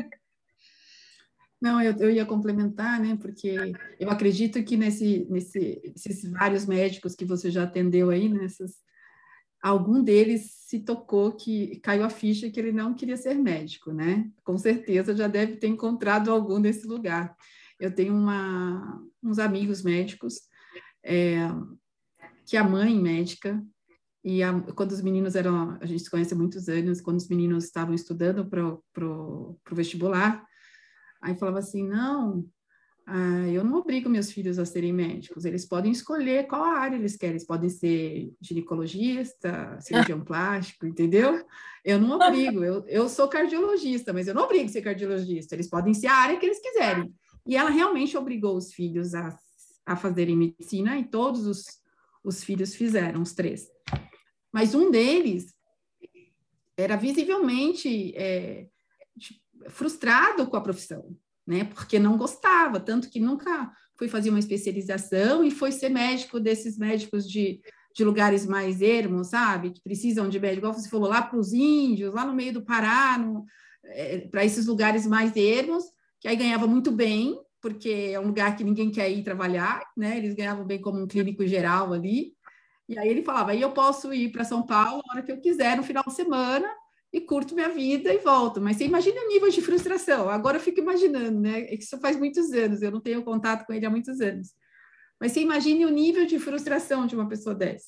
Não, eu ia complementar, né? Porque eu acredito que nesses vários médicos que você já atendeu aí, algum deles se tocou que caiu a ficha que ele não queria ser médico, né? Com certeza já deve ter encontrado algum nesse lugar. Eu tenho uns amigos médicos, que a mãe médica, quando os meninos a gente se conhece há muitos anos, quando os meninos estavam estudando para o vestibular, aí falava assim, não, eu não obrigo meus filhos a serem médicos, eles podem escolher qual área eles querem, eles podem ser ginecologista, cirurgião plástico, entendeu? Eu não obrigo, eu sou cardiologista, mas eu não obrigo a ser cardiologista, eles podem ser a área que eles quiserem. E ela realmente obrigou os filhos a fazerem medicina, e todos os filhos fizeram, os 3. Mas um deles era visivelmente frustrado com a profissão, né? Porque não gostava, tanto que nunca foi fazer uma especialização e foi ser médico desses médicos de lugares mais ermos, sabe? Que precisam de médico, igual você falou, lá para os índios, lá no meio do Pará, para esses lugares mais ermos, que aí ganhava muito bem, porque é um lugar que ninguém quer ir trabalhar, né? Eles ganhavam bem como um clínico geral ali. E aí ele falava, aí eu posso ir para São Paulo a hora que eu quiser, no final de semana, e curto minha vida e volto. Mas você imagina o nível de frustração. Agora eu fico imaginando, né? Isso faz muitos anos, eu não tenho contato com ele há muitos anos. Mas você imagine o nível de frustração de uma pessoa dessa.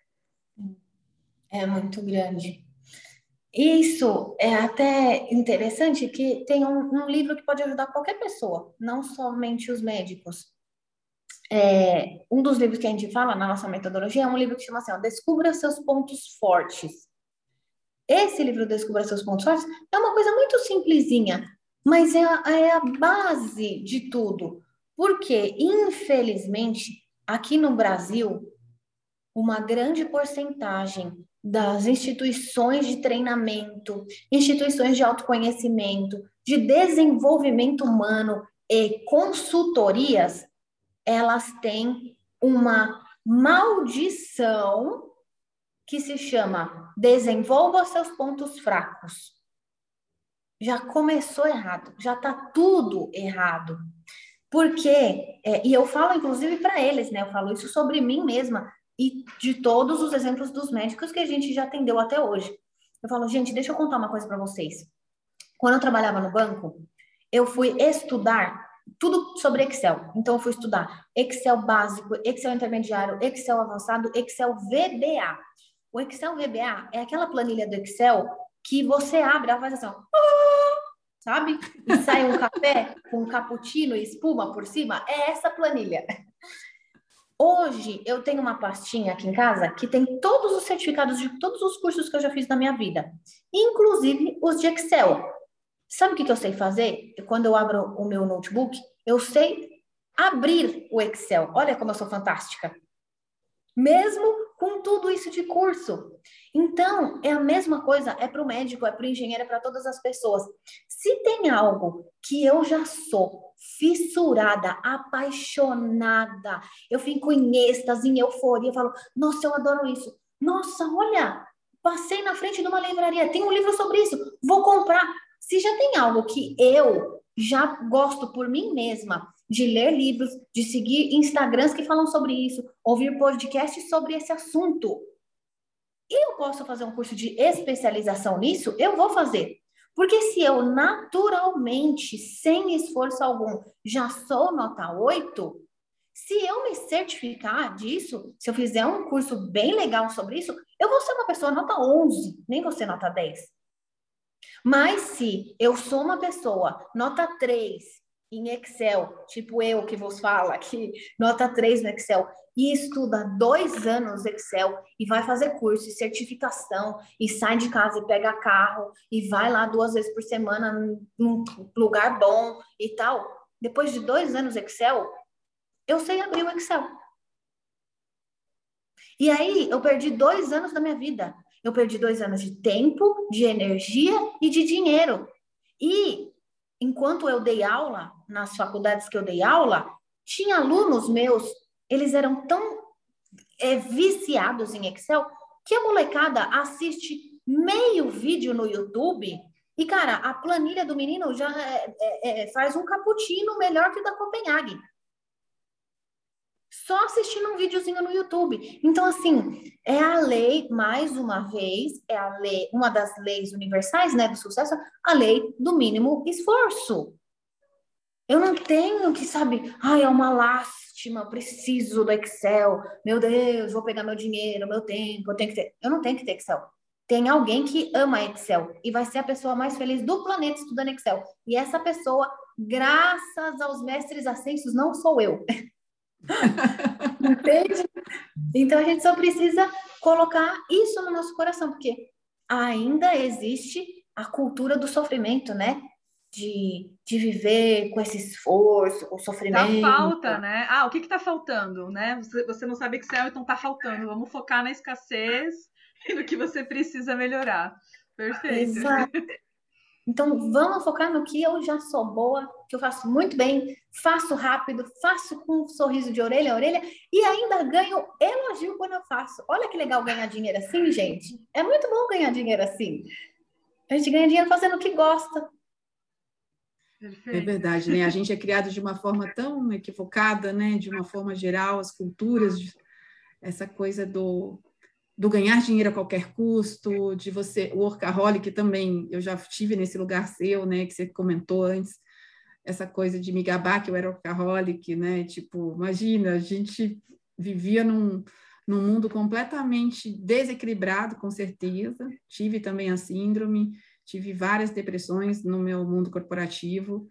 É muito grande. Isso é até interessante que tem um livro que pode ajudar qualquer pessoa, não somente os médicos. Um dos livros que a gente fala na nossa metodologia é um livro que chama assim, Descubra Seus Pontos Fortes. Esse livro, Descubra Seus Pontos Fortes, é uma coisa muito simplesinha, mas é a base de tudo. Porque, infelizmente, aqui no Brasil, uma grande porcentagem das instituições de treinamento, instituições de autoconhecimento, de desenvolvimento humano e consultorias, elas têm uma maldição que se chama desenvolva seus pontos fracos. Já começou errado, já está tudo errado. Porque, e eu falo inclusive para eles, né? Eu falo isso sobre mim mesma, e de todos os exemplos dos médicos que a gente já atendeu até hoje. Eu falo, gente, deixa eu contar uma coisa para vocês. Quando eu trabalhava no banco, eu fui estudar tudo sobre Excel. Então, eu fui estudar Excel básico, Excel intermediário, Excel avançado, Excel VBA. O Excel VBA é aquela planilha do Excel que você abre, ela faz assim, ó, sabe? E sai um café com um cappuccino e espuma por cima. É essa planilha. Hoje, eu tenho uma pastinha aqui em casa que tem todos os certificados de todos os cursos que eu já fiz na minha vida, inclusive os de Excel. Sabe o que eu sei fazer? Quando eu abro o meu notebook, eu sei abrir o Excel. Olha como eu sou fantástica. Mesmo com tudo isso de curso. Então, é a mesma coisa, é para o médico, é para o engenheiro, é para todas as pessoas. Se tem algo que eu já sou fissurada, apaixonada, eu fico em êxtase, em euforia, eu falo, nossa, eu adoro isso. Nossa, olha, passei na frente de uma livraria, tem um livro sobre isso, vou comprar. Se já tem algo que eu já gosto por mim mesma, de ler livros, de seguir Instagrams que falam sobre isso, ouvir podcasts sobre esse assunto, e eu posso fazer um curso de especialização nisso, eu vou fazer. Porque se eu naturalmente, sem esforço algum, já sou nota 8, se eu me certificar disso, se eu fizer um curso bem legal sobre isso, eu vou ser uma pessoa nota 11, nem vou ser nota 10. Mas se eu sou uma pessoa nota 3 em Excel, tipo eu que vos falo aqui, nota 3 no Excel, e estuda 2 anos Excel, e vai fazer curso e certificação, e sai de casa e pega carro, e vai lá 2 vezes por semana num lugar bom e tal, depois de 2 anos Excel, eu sei abrir o Excel. E aí, eu perdi 2 anos da minha vida. Eu perdi 2 anos de tempo, de energia e de dinheiro. E, enquanto eu dei aula, nas faculdades que eu dei aula, tinha alunos meus, eles eram tão viciados em Excel, que a molecada assiste meio vídeo no YouTube e, cara, a planilha do menino já faz um cappuccino melhor que o da Copenhague. Só assistindo um videozinho no YouTube. Então, assim, é a lei, mais uma vez, é a lei, uma das leis universais, né, do sucesso, a lei do mínimo esforço. Eu não tenho que, sabe, ai, é uma lástima, preciso do Excel, meu Deus, vou pegar meu dinheiro, meu tempo, eu tenho que ter. Eu não tenho que ter Excel. Tem alguém que ama Excel e vai ser a pessoa mais feliz do planeta estudando Excel. E essa pessoa, graças aos mestres ascensos, não sou eu. Entende? Então a gente só precisa colocar isso no nosso coração, porque ainda existe a cultura do sofrimento, né? De viver com esse esforço, com sofrimento. Da falta, né? Ah, o que tá faltando, né? Você não sabe Excel, então tá faltando. Vamos focar na escassez e no que você precisa melhorar. Perfeito. Exato. Então, vamos focar no que eu já sou boa, que eu faço muito bem, faço rápido, faço com um sorriso de orelha a orelha e ainda ganho elogio quando eu faço. Olha que legal ganhar dinheiro assim, gente. É muito bom ganhar dinheiro assim. A gente ganha dinheiro fazendo o que gosta. Perfeito. É verdade, né? A gente é criado de uma forma tão equivocada, né? De uma forma geral, as culturas, essa coisa do ganhar dinheiro a qualquer custo, de você, o workaholic também, eu já estive nesse lugar seu, né, que você comentou antes, essa coisa de me gabar que eu era workaholic, né, tipo, imagina, a gente vivia num mundo completamente desequilibrado, com certeza, tive também a síndrome, tive várias depressões no meu mundo corporativo,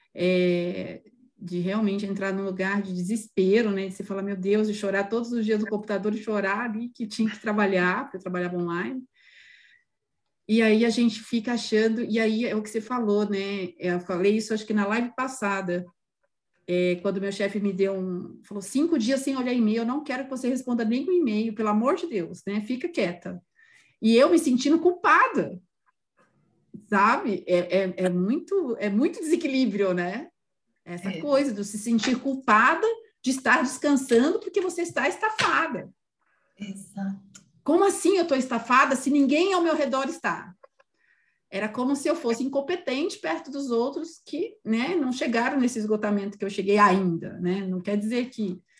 de realmente entrar num lugar de desespero, né? De você falar, meu Deus, de chorar todos os dias no computador e chorar ali que tinha que trabalhar, porque eu trabalhava online. E aí a gente fica achando, e aí é o que você falou, né? Eu falei isso acho que na live passada, quando meu chefe me falou 5 dias sem olhar e-mail, eu não quero que você responda nem com e-mail, pelo amor de Deus, né? Fica quieta. E eu me sentindo culpada, sabe? É muito desequilíbrio, né? Essa coisa de se sentir culpada de estar descansando porque você está estafada. Exato. Como assim eu estou estafada se ninguém ao meu redor está? Era como se eu fosse incompetente perto dos outros que, né, não chegaram nesse esgotamento que eu cheguei ainda, né? Não quer dizer que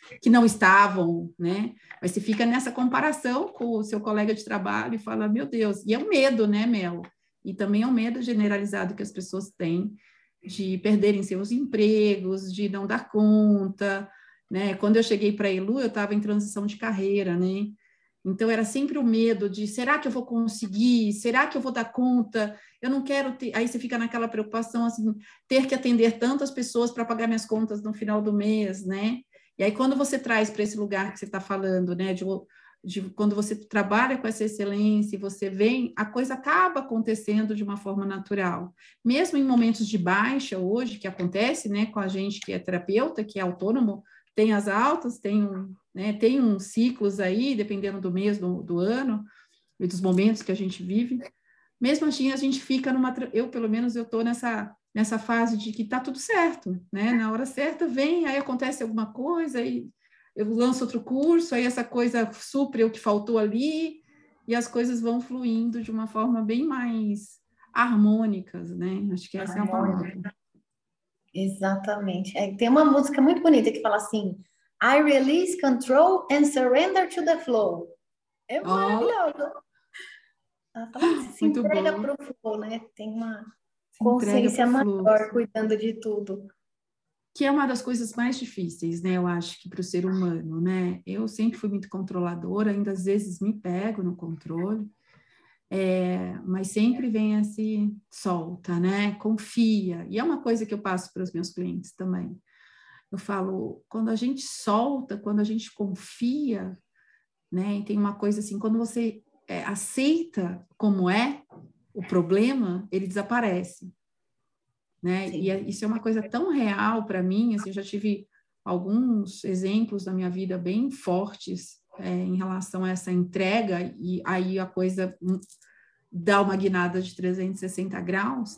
que não estavam, né? Mas você fica nessa comparação com o seu colega de trabalho e fala, meu Deus, e é um medo, né, Mel? E também é um medo generalizado que as pessoas têm de perderem seus empregos, de não dar conta, né? Quando eu cheguei para a Elu, eu estava em transição de carreira, né? Então, era sempre o medo de, será que eu vou conseguir? Será que eu vou dar conta? Eu não quero ter... Aí você fica naquela preocupação, assim, ter que atender tantas pessoas para pagar minhas contas no final do mês, né? E aí, quando você traz para esse lugar que você está falando, né, de quando você trabalha com essa excelência, você vem, a coisa acaba acontecendo de uma forma natural. Mesmo em momentos de baixa hoje, que acontece, né, com a gente que é terapeuta, que é autônomo, tem as altas, tem uns ciclos aí, dependendo do mês, do ano, e dos momentos que a gente vive. Mesmo assim, a gente fica eu, pelo menos, eu estou nessa fase de que está tudo certo, né? Na hora certa vem, aí acontece alguma coisa, aí eu lanço outro curso, aí essa coisa supre o que faltou ali, e as coisas vão fluindo de uma forma bem mais harmônicas, né? Acho que essa é a palavra. Exatamente. Tem uma música muito bonita que fala assim: I release control and surrender to the flow. É maravilhoso. Ela fala que se entrega para o flow, né? Tem uma consciência maior cuidando de tudo. Que é uma das coisas mais difíceis, né? Eu acho que para o ser humano, né? Eu sempre fui muito controladora, ainda às vezes me pego no controle, mas sempre vem assim, solta, né? Confia. E é uma coisa que eu passo para os meus clientes também. Eu falo, quando a gente solta, quando a gente confia, né? E tem uma coisa assim, quando você aceita como é o problema, ele desaparece. Né? E isso é uma coisa tão real para mim, assim, eu já tive alguns exemplos da minha vida bem fortes em relação a essa entrega, e aí a coisa dá uma guinada de 360 graus,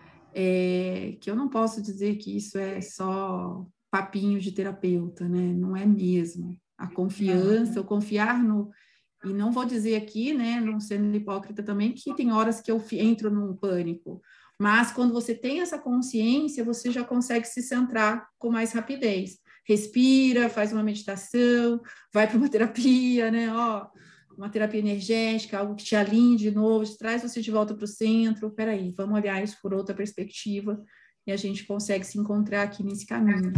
que eu não posso dizer que isso é só papinho de terapeuta, né? Não é mesmo. A confiança, o confiar no... E não vou dizer aqui, né, não sendo hipócrita também, que tem horas que eu entro num pânico, mas quando você tem essa consciência, você já consegue se centrar com mais rapidez. Respira, faz uma meditação, vai para uma terapia, né? Uma terapia energética, algo que te alinhe de novo, traz você de volta para o centro. Peraí, vamos olhar isso por outra perspectiva e a gente consegue se encontrar aqui nesse caminho.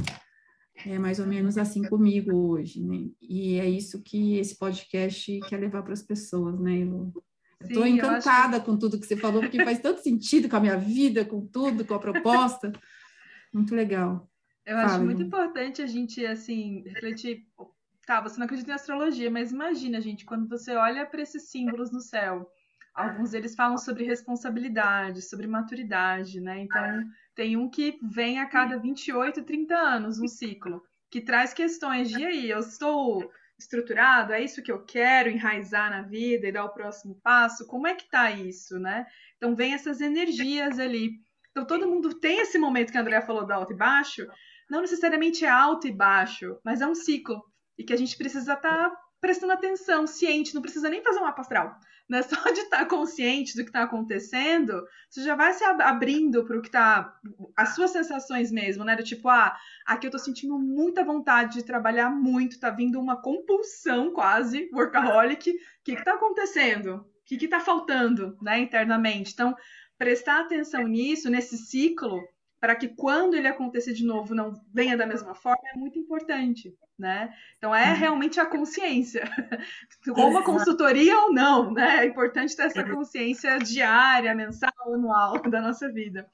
É mais ou menos assim comigo hoje, né? E é isso que esse podcast quer levar para as pessoas, né, Elu? Estou encantada com tudo que você falou, porque faz tanto sentido com a minha vida, com tudo, com a proposta. Muito legal. Eu acho muito importante a gente, assim, refletir. Tá, você não acredita em astrologia, mas imagina, gente, quando você olha para esses símbolos no céu, alguns deles falam sobre responsabilidade, sobre maturidade, né? Então, tem um que vem a cada 28, 30 anos, um ciclo, que traz questões de, aí, eu estou estruturado, é isso que eu quero, enraizar na vida e dar o próximo passo, como é que tá isso, né? Então, vem essas energias ali. Então, todo mundo tem esse momento que a Andrea falou do alto e baixo, não necessariamente é alto e baixo, mas é um ciclo, e que a gente precisa estar prestando atenção, ciente, não precisa nem fazer um mapa astral, né? Só de estar consciente do que está acontecendo, você já vai se abrindo para o que está, as suas sensações mesmo, né? Do tipo, aqui eu tô sentindo muita vontade de trabalhar muito, tá vindo uma compulsão quase, workaholic, o que está acontecendo? O que está faltando, né, internamente? Então, prestar atenção nisso, nesse ciclo, para que quando ele acontecer de novo não venha da mesma forma, é muito importante, né? Então, é realmente a consciência, com uma consultoria ou não, né? É importante ter essa consciência diária, mensal, anual da nossa vida.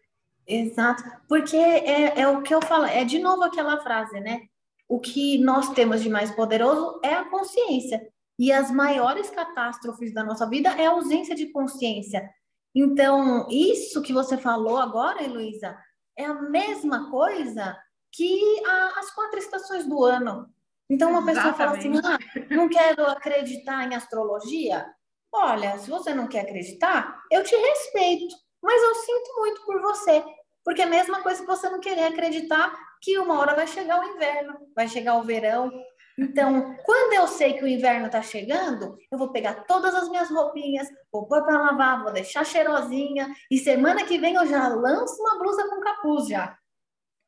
Exato, porque é o que eu falo, é de novo aquela frase, né? O que nós temos de mais poderoso é a consciência. E as maiores catástrofes da nossa vida é a ausência de consciência. Então, isso que você falou agora, Heloísa, é a mesma coisa que as 4 estações do ano. Então, uma pessoa fala assim, não quero acreditar em astrologia. Olha, se você não quer acreditar, eu te respeito, mas eu sinto muito por você. Porque é a mesma coisa que você não querer acreditar que uma hora vai chegar o inverno, vai chegar o verão. Então, quando eu sei que o inverno está chegando, eu vou pegar todas as minhas roupinhas, vou pôr para lavar, vou deixar cheirosinha, e semana que vem eu já lanço uma blusa com capuz já.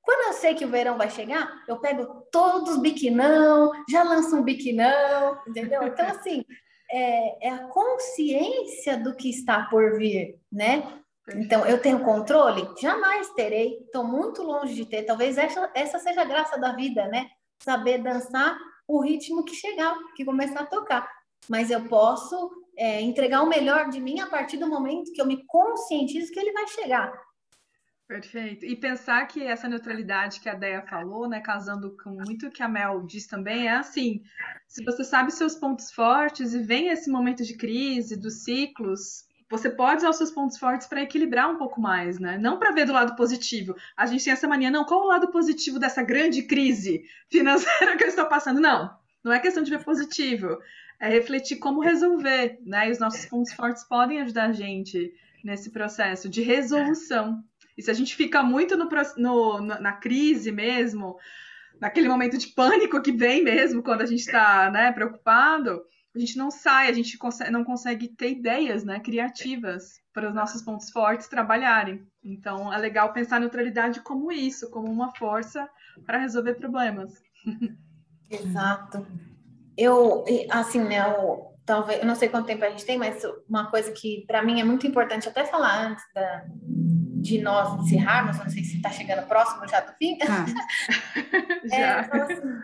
Quando eu sei que o verão vai chegar, eu pego todos os biquinão, já lanço um biquinão, entendeu? Então, assim, é a consciência do que está por vir, né? Então, eu tenho controle? Jamais terei. Estou muito longe de ter. Talvez essa seja a graça da vida, né? Saber dançar o ritmo que chegar, que começar a tocar. Mas eu posso entregar o melhor de mim a partir do momento que eu me conscientizo que ele vai chegar. Perfeito. E pensar que essa neutralidade que a Déia falou, né, casando com muito o que a Mel diz também, é assim, se você sabe seus pontos fortes e vem esse momento de crise, dos ciclos, você pode usar os seus pontos fortes para equilibrar um pouco mais, né? Não para ver do lado positivo. A gente tem essa mania, não, qual o lado positivo dessa grande crise financeira que eu estou passando? Não, não é questão de ver positivo, é refletir como resolver, né? E os nossos pontos fortes podem ajudar a gente nesse processo de resolução. E se a gente fica muito na crise mesmo, naquele momento de pânico que vem mesmo quando a gente está, né, preocupado, a gente não sai, a gente não consegue ter ideias, né, criativas para os nossos pontos fortes trabalharem. Então, é legal pensar a neutralidade como isso, como uma força para resolver problemas. Exato. Assim, né, talvez, eu não sei quanto tempo a gente tem, mas uma coisa que para mim é muito importante até falar antes de nós encerrarmos, não sei se está chegando próximo já do fim. Já. Assim,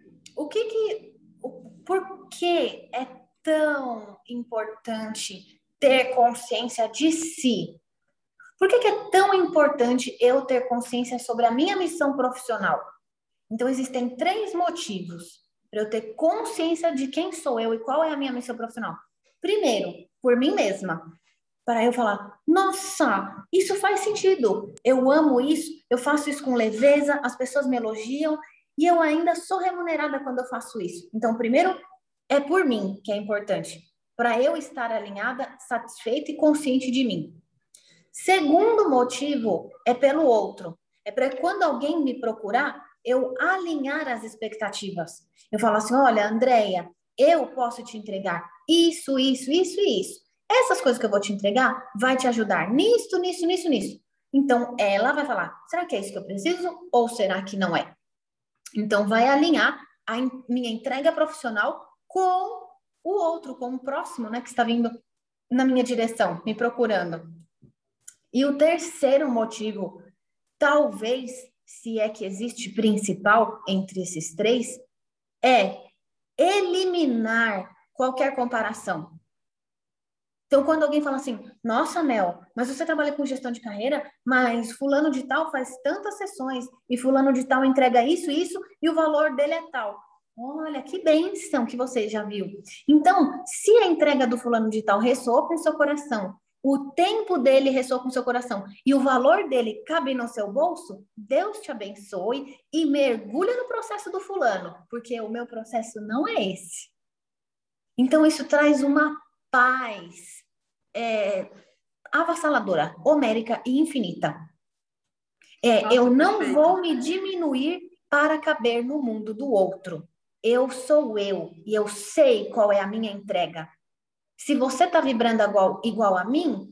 por que é tão importante ter consciência de si? Por que é tão importante eu ter consciência sobre a minha missão profissional? Então, existem 3 motivos para eu ter consciência de quem sou eu e qual é a minha missão profissional. Primeiro, por mim mesma. Para eu falar, nossa, isso faz sentido. Eu amo isso, eu faço isso com leveza, as pessoas me elogiam e eu ainda sou remunerada quando eu faço isso. Então, primeiro, é por mim que é importante. Para eu estar alinhada, satisfeita e consciente de mim. Segundo motivo é pelo outro. É para quando alguém me procurar, eu alinhar as expectativas. Eu falo assim, olha, Andréia, eu posso te entregar isso, isso, isso e isso. Essas coisas que eu vou te entregar vai te ajudar nisso, nisso, nisso, nisso. Então, ela vai falar, será que é isso que eu preciso ou será que não é? Então, vai alinhar a minha entrega profissional com o outro, com o próximo, né, que está vindo na minha direção, me procurando. E o terceiro motivo, talvez, se é que existe principal entre esses 3, é eliminar qualquer comparação. Então, quando alguém fala assim, nossa, Mel, mas você trabalha com gestão de carreira, mas fulano de tal faz tantas sessões e fulano de tal entrega isso, isso, e o valor dele é tal. Olha, que bênção que você já viu. Então, se a entrega do fulano de tal ressoa com o seu coração, o tempo dele ressoa com o seu coração e o valor dele cabe no seu bolso, Deus te abençoe e mergulha no processo do fulano, porque o meu processo não é esse. Então, isso traz uma paz avassaladora, homérica e infinita. Nossa, eu não perfeito. vou me diminuir para caber no mundo do outro. Eu sou eu e eu sei qual é a minha entrega. Se você está vibrando igual a mim,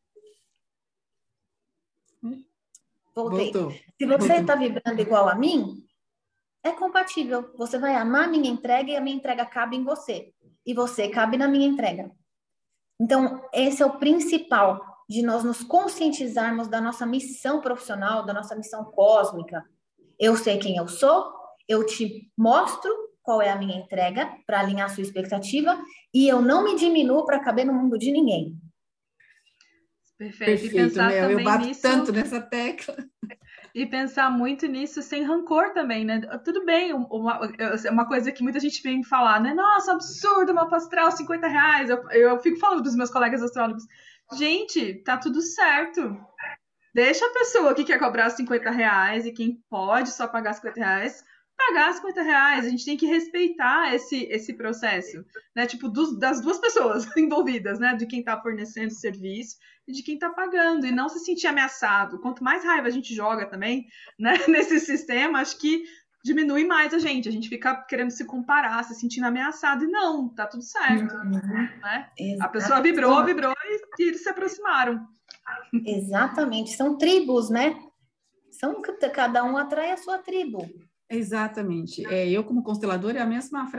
voltei. Voltou. Se você está vibrando igual a mim, é compatível. Você vai amar a minha entrega e a minha entrega cabe em você. E você cabe na minha entrega. Então, esse é o principal de nós nos conscientizarmos da nossa missão profissional, da nossa missão cósmica. Eu sei quem eu sou, eu te mostro qual é a minha entrega para alinhar a sua expectativa e eu não me diminuo para caber no mundo de ninguém. Perfeito. E pensar Mel, também eu bato nisso, tanto nessa tecla. E pensar muito nisso sem rancor também, né? Tudo bem, uma coisa que muita gente vem falar, né? Nossa, absurdo, uma astral, R$50. Eu fico falando dos meus colegas astrólogos. Gente, tá tudo certo. Deixa a pessoa que quer cobrar R$50 e quem pode só pagar R$50 pagar R$50. A gente tem que respeitar esse processo, né? Tipo, das duas pessoas envolvidas, né? De quem tá fornecendo o serviço e de quem tá pagando. E não se sentir ameaçado. Quanto mais raiva a gente joga também, né? Nesse sistema, acho que diminui mais a gente. A gente fica querendo se comparar, se sentindo ameaçado. E não, tá tudo certo, né? A pessoa vibrou e eles se aproximaram. Exatamente. São tribos, né? Cada um atrai a sua tribo. Exatamente. Eu, como consteladora, é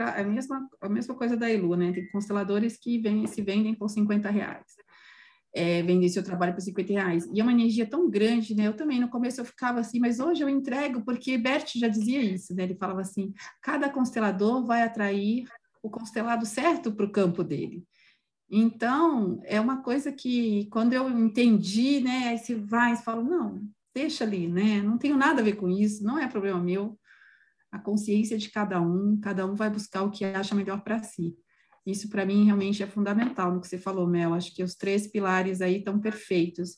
a mesma coisa da Elu, né? Tem consteladores que se vendem por R$50. Vender seu trabalho por R$50. E é uma energia tão grande, né? Eu também, no começo, eu ficava assim, mas hoje eu entrego, porque Bert já dizia isso, né? Ele falava assim, cada constelador vai atrair o constelado certo para o campo dele. Então, é uma coisa que, quando eu entendi, né? Aí você fala, não, deixa ali, né? Não tenho nada a ver com isso, não é problema meu. A consciência de cada um vai buscar o que acha melhor para si. Isso, para mim, realmente é fundamental no que você falou, Mel. Acho que os 3 pilares aí estão perfeitos.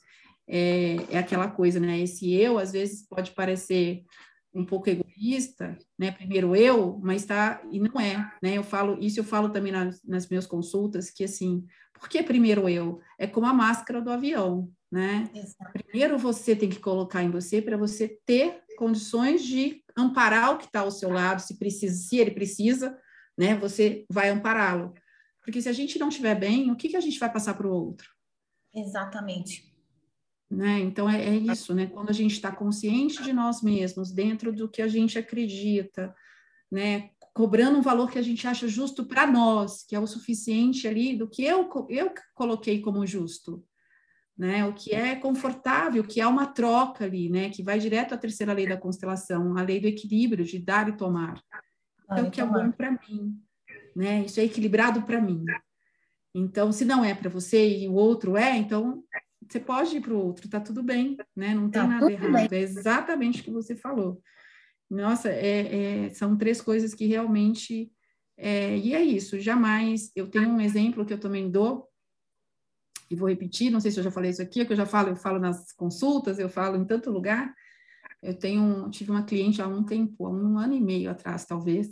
É aquela coisa, né? Esse eu, às vezes, pode parecer um pouco egoísta, né? Primeiro eu, mas e não é, né? Eu falo também nas minhas consultas, que assim, por que primeiro eu? É como a máscara do avião, né? Exato. Primeiro você tem que colocar em você para você ter condições de amparar o que está ao seu lado, se ele precisa, né? Você vai ampará-lo. Porque se a gente não estiver bem, o que a gente vai passar para o outro? Exatamente. Né? Então, é isso, né? Quando a gente está consciente de nós mesmos, dentro do que a gente acredita, né? Cobrando um valor que a gente acha justo para nós, que é o suficiente ali do que eu coloquei como justo, né? O que é confortável, que é uma troca ali, né? Que vai direto à terceira lei da constelação, a lei do equilíbrio, de dar e tomar. É o que é bom para mim, né? Isso é equilibrado para mim. Então, se não é para você e o outro então você pode ir para o outro, tá tudo bem, né? Não tem nada errado. É exatamente o que você falou. Nossa, são 3 coisas que realmente... e é isso, jamais... Eu tenho um exemplo que eu também dou, e vou repetir, não sei se eu já falei isso aqui, é que eu falo nas consultas, eu falo em tanto lugar. Tive uma cliente há um tempo, há 1 ano e meio atrás, talvez,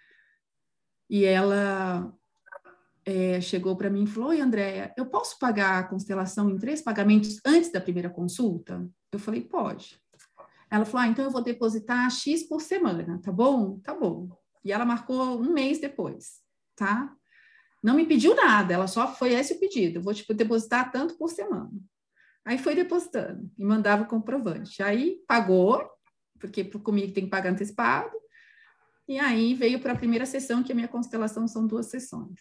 e ela chegou para mim e falou, oi, Andréia, eu posso pagar a constelação em 3 pagamentos antes da primeira consulta? Eu falei, pode. Ela falou, então eu vou depositar X por semana, tá bom? Tá bom. E ela marcou 1 mês depois, tá? Não me pediu nada, ela só foi esse o pedido, eu vou depositar tanto por semana. Aí foi depositando e mandava o comprovante. Aí pagou, porque comigo tem que pagar antecipado, e aí veio para a primeira sessão, que a minha constelação são 2 sessões.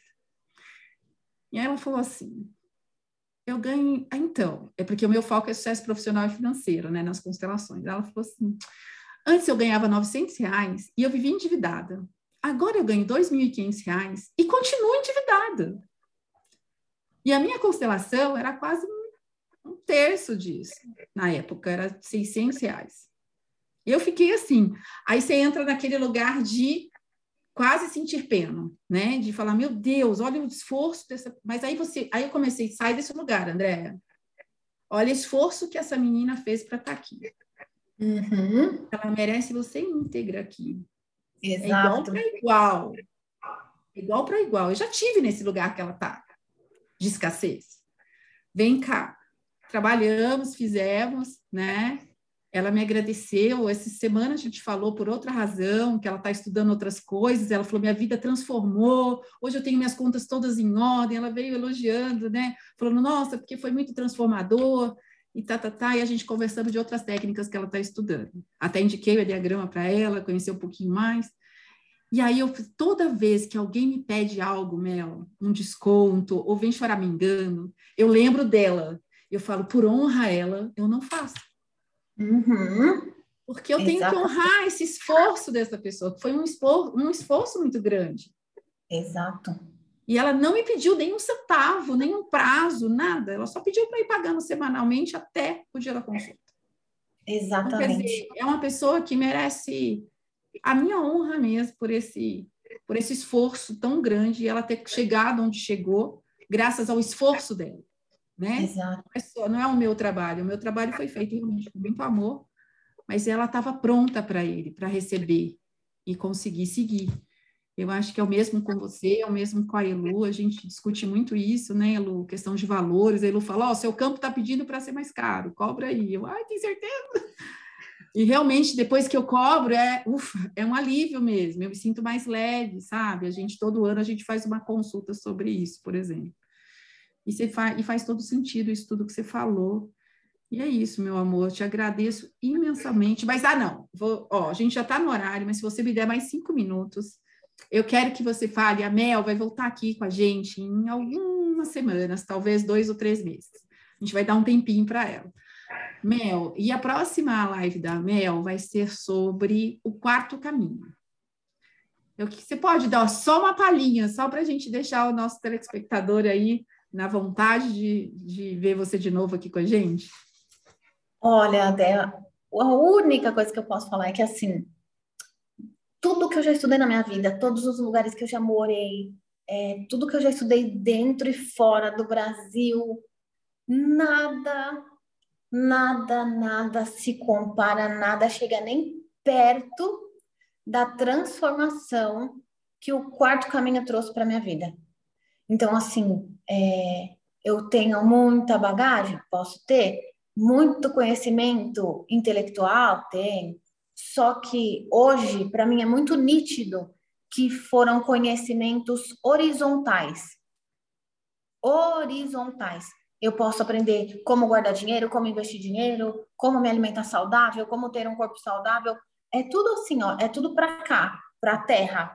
E aí ela falou assim, eu ganho... Então, é porque o meu foco é sucesso profissional e financeiro, né, nas constelações. Ela falou assim, antes eu ganhava R$900 e eu vivia endividada. Agora eu ganho R$2.500 e continuo endividada. E a minha constelação era quase um terço disso. Na época, era R$600. E eu fiquei assim. Aí você entra naquele lugar de quase sentir pena, né? De falar, meu Deus, olha o esforço dessa... Mas aí eu comecei, sai desse lugar, Andréia. Olha o esforço que essa menina fez para estar aqui. Uhum. Ela merece você íntegra aqui. Exato. É igual para igual. Igual para igual. Eu já tive nesse lugar que ela está, de escassez. Vem cá. Trabalhamos, fizemos, né? Ela me agradeceu. Essa semana a gente falou por outra razão, que ela está estudando outras coisas. Ela falou, minha vida transformou. Hoje eu tenho minhas contas todas em ordem. Ela veio elogiando, né? Falando, nossa, porque foi muito transformador. E e a gente conversando de outras técnicas que ela está estudando. Até indiquei o diagrama para ela, conhecer um pouquinho mais. E aí, toda vez que alguém me pede algo, Mel, um desconto, ou vem chorar me engano, eu lembro dela. Eu falo, por honra a ela, eu não faço. Uhum. Porque eu tenho que honrar esse esforço dessa pessoa, que foi um esforço muito grande. Exato. E ela não me pediu nem um centavo, nem um prazo, nada. Ela só pediu para ir pagando semanalmente até o dia da consulta. Exatamente. Então, quer dizer, é uma pessoa que merece a minha honra mesmo por esse esforço tão grande e ela ter chegado onde chegou, graças ao esforço dela, né? Exato. Não é o meu trabalho foi feito realmente com muito amor, mas ela estava pronta para ele, para receber e conseguir seguir. Eu acho que é o mesmo com você, é o mesmo com a Elu, a gente discute muito isso, né, Elu? Questão de valores, a Elu fala, seu campo está pedindo para ser mais caro, cobra aí. Eu, tem certeza? E realmente, depois que eu cobro, é um alívio mesmo, eu me sinto mais leve, sabe? Todo ano a gente faz uma consulta sobre isso, por exemplo. E faz todo sentido isso tudo que você falou. E é isso, meu amor, eu te agradeço imensamente. Mas, não, a gente já está no horário, mas se você me der mais 5 minutos, eu quero que você fale, a Mel vai voltar aqui com a gente em algumas semanas, talvez 2 ou 3 meses. A gente vai dar um tempinho para ela. Mel, e a próxima live da Mel vai ser sobre o quarto caminho. Você pode dar só uma palhinha, só para a gente deixar o nosso telespectador aí na vontade de ver você de novo aqui com a gente? Olha, Adélia, a única coisa que eu posso falar é que, assim, tudo que eu já estudei na minha vida, todos os lugares que eu já morei, tudo que eu já estudei dentro e fora do Brasil, nada, nada, nada se compara, nada chega nem perto da transformação que o quarto caminho trouxe para minha vida. Então, assim, eu tenho muita bagagem, posso ter, muito conhecimento intelectual, tenho. Só que hoje, para mim, é muito nítido que foram conhecimentos horizontais. Horizontais. Eu posso aprender como guardar dinheiro, como investir dinheiro, como me alimentar saudável, como ter um corpo saudável. É tudo assim, ó, é tudo para cá, para a terra.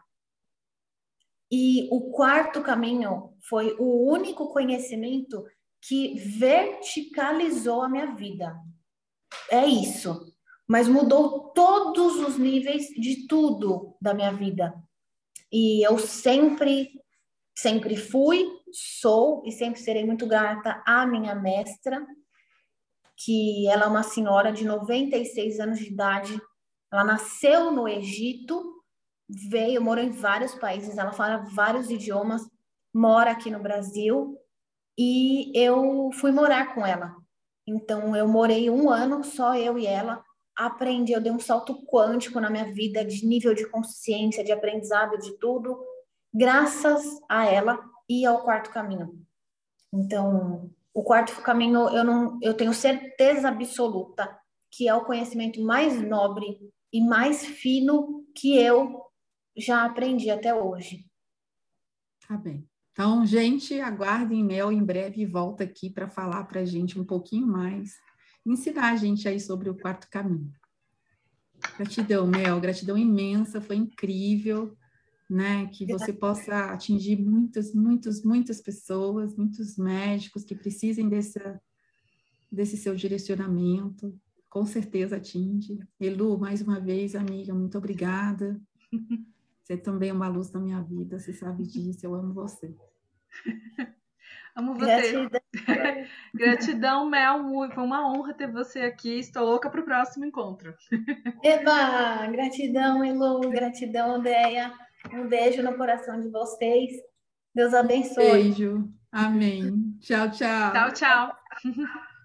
E o quarto caminho foi o único conhecimento que verticalizou a minha vida. É isso. Mas mudou todos os níveis de tudo da minha vida. E eu sempre fui, sou e sempre serei muito grata à minha mestra, que ela é uma senhora de 96 anos de idade. Ela nasceu no Egito, morou em vários países, ela fala vários idiomas, mora aqui no Brasil e eu fui morar com ela. Então, eu morei 1 ano, só eu e ela, aprendi, eu dei um salto quântico na minha vida, de nível de consciência, de aprendizado, de tudo, graças a ela e ao quarto caminho. Então, o quarto caminho, eu tenho certeza absoluta que é o conhecimento mais nobre e mais fino que eu já aprendi até hoje. Tá bem. Então, gente, aguardem Mel em breve volta aqui para falar para a gente um pouquinho mais, ensinar a gente aí sobre o quarto caminho. Gratidão, Mel, gratidão imensa, foi incrível, né? Que você possa atingir muitas pessoas, muitos médicos que precisem desse seu direcionamento. Com certeza atinge. Elu, mais uma vez, amiga, muito obrigada. Você também é uma luz na minha vida, você sabe disso, eu amo você. Amo você. Gratidão, Mel, foi uma honra ter você aqui, estou louca para o próximo encontro. Eba, gratidão, Elu, gratidão, Andréia, um beijo no coração de vocês, Deus abençoe. Beijo, amém. Tchau, tchau. Tchau, tchau.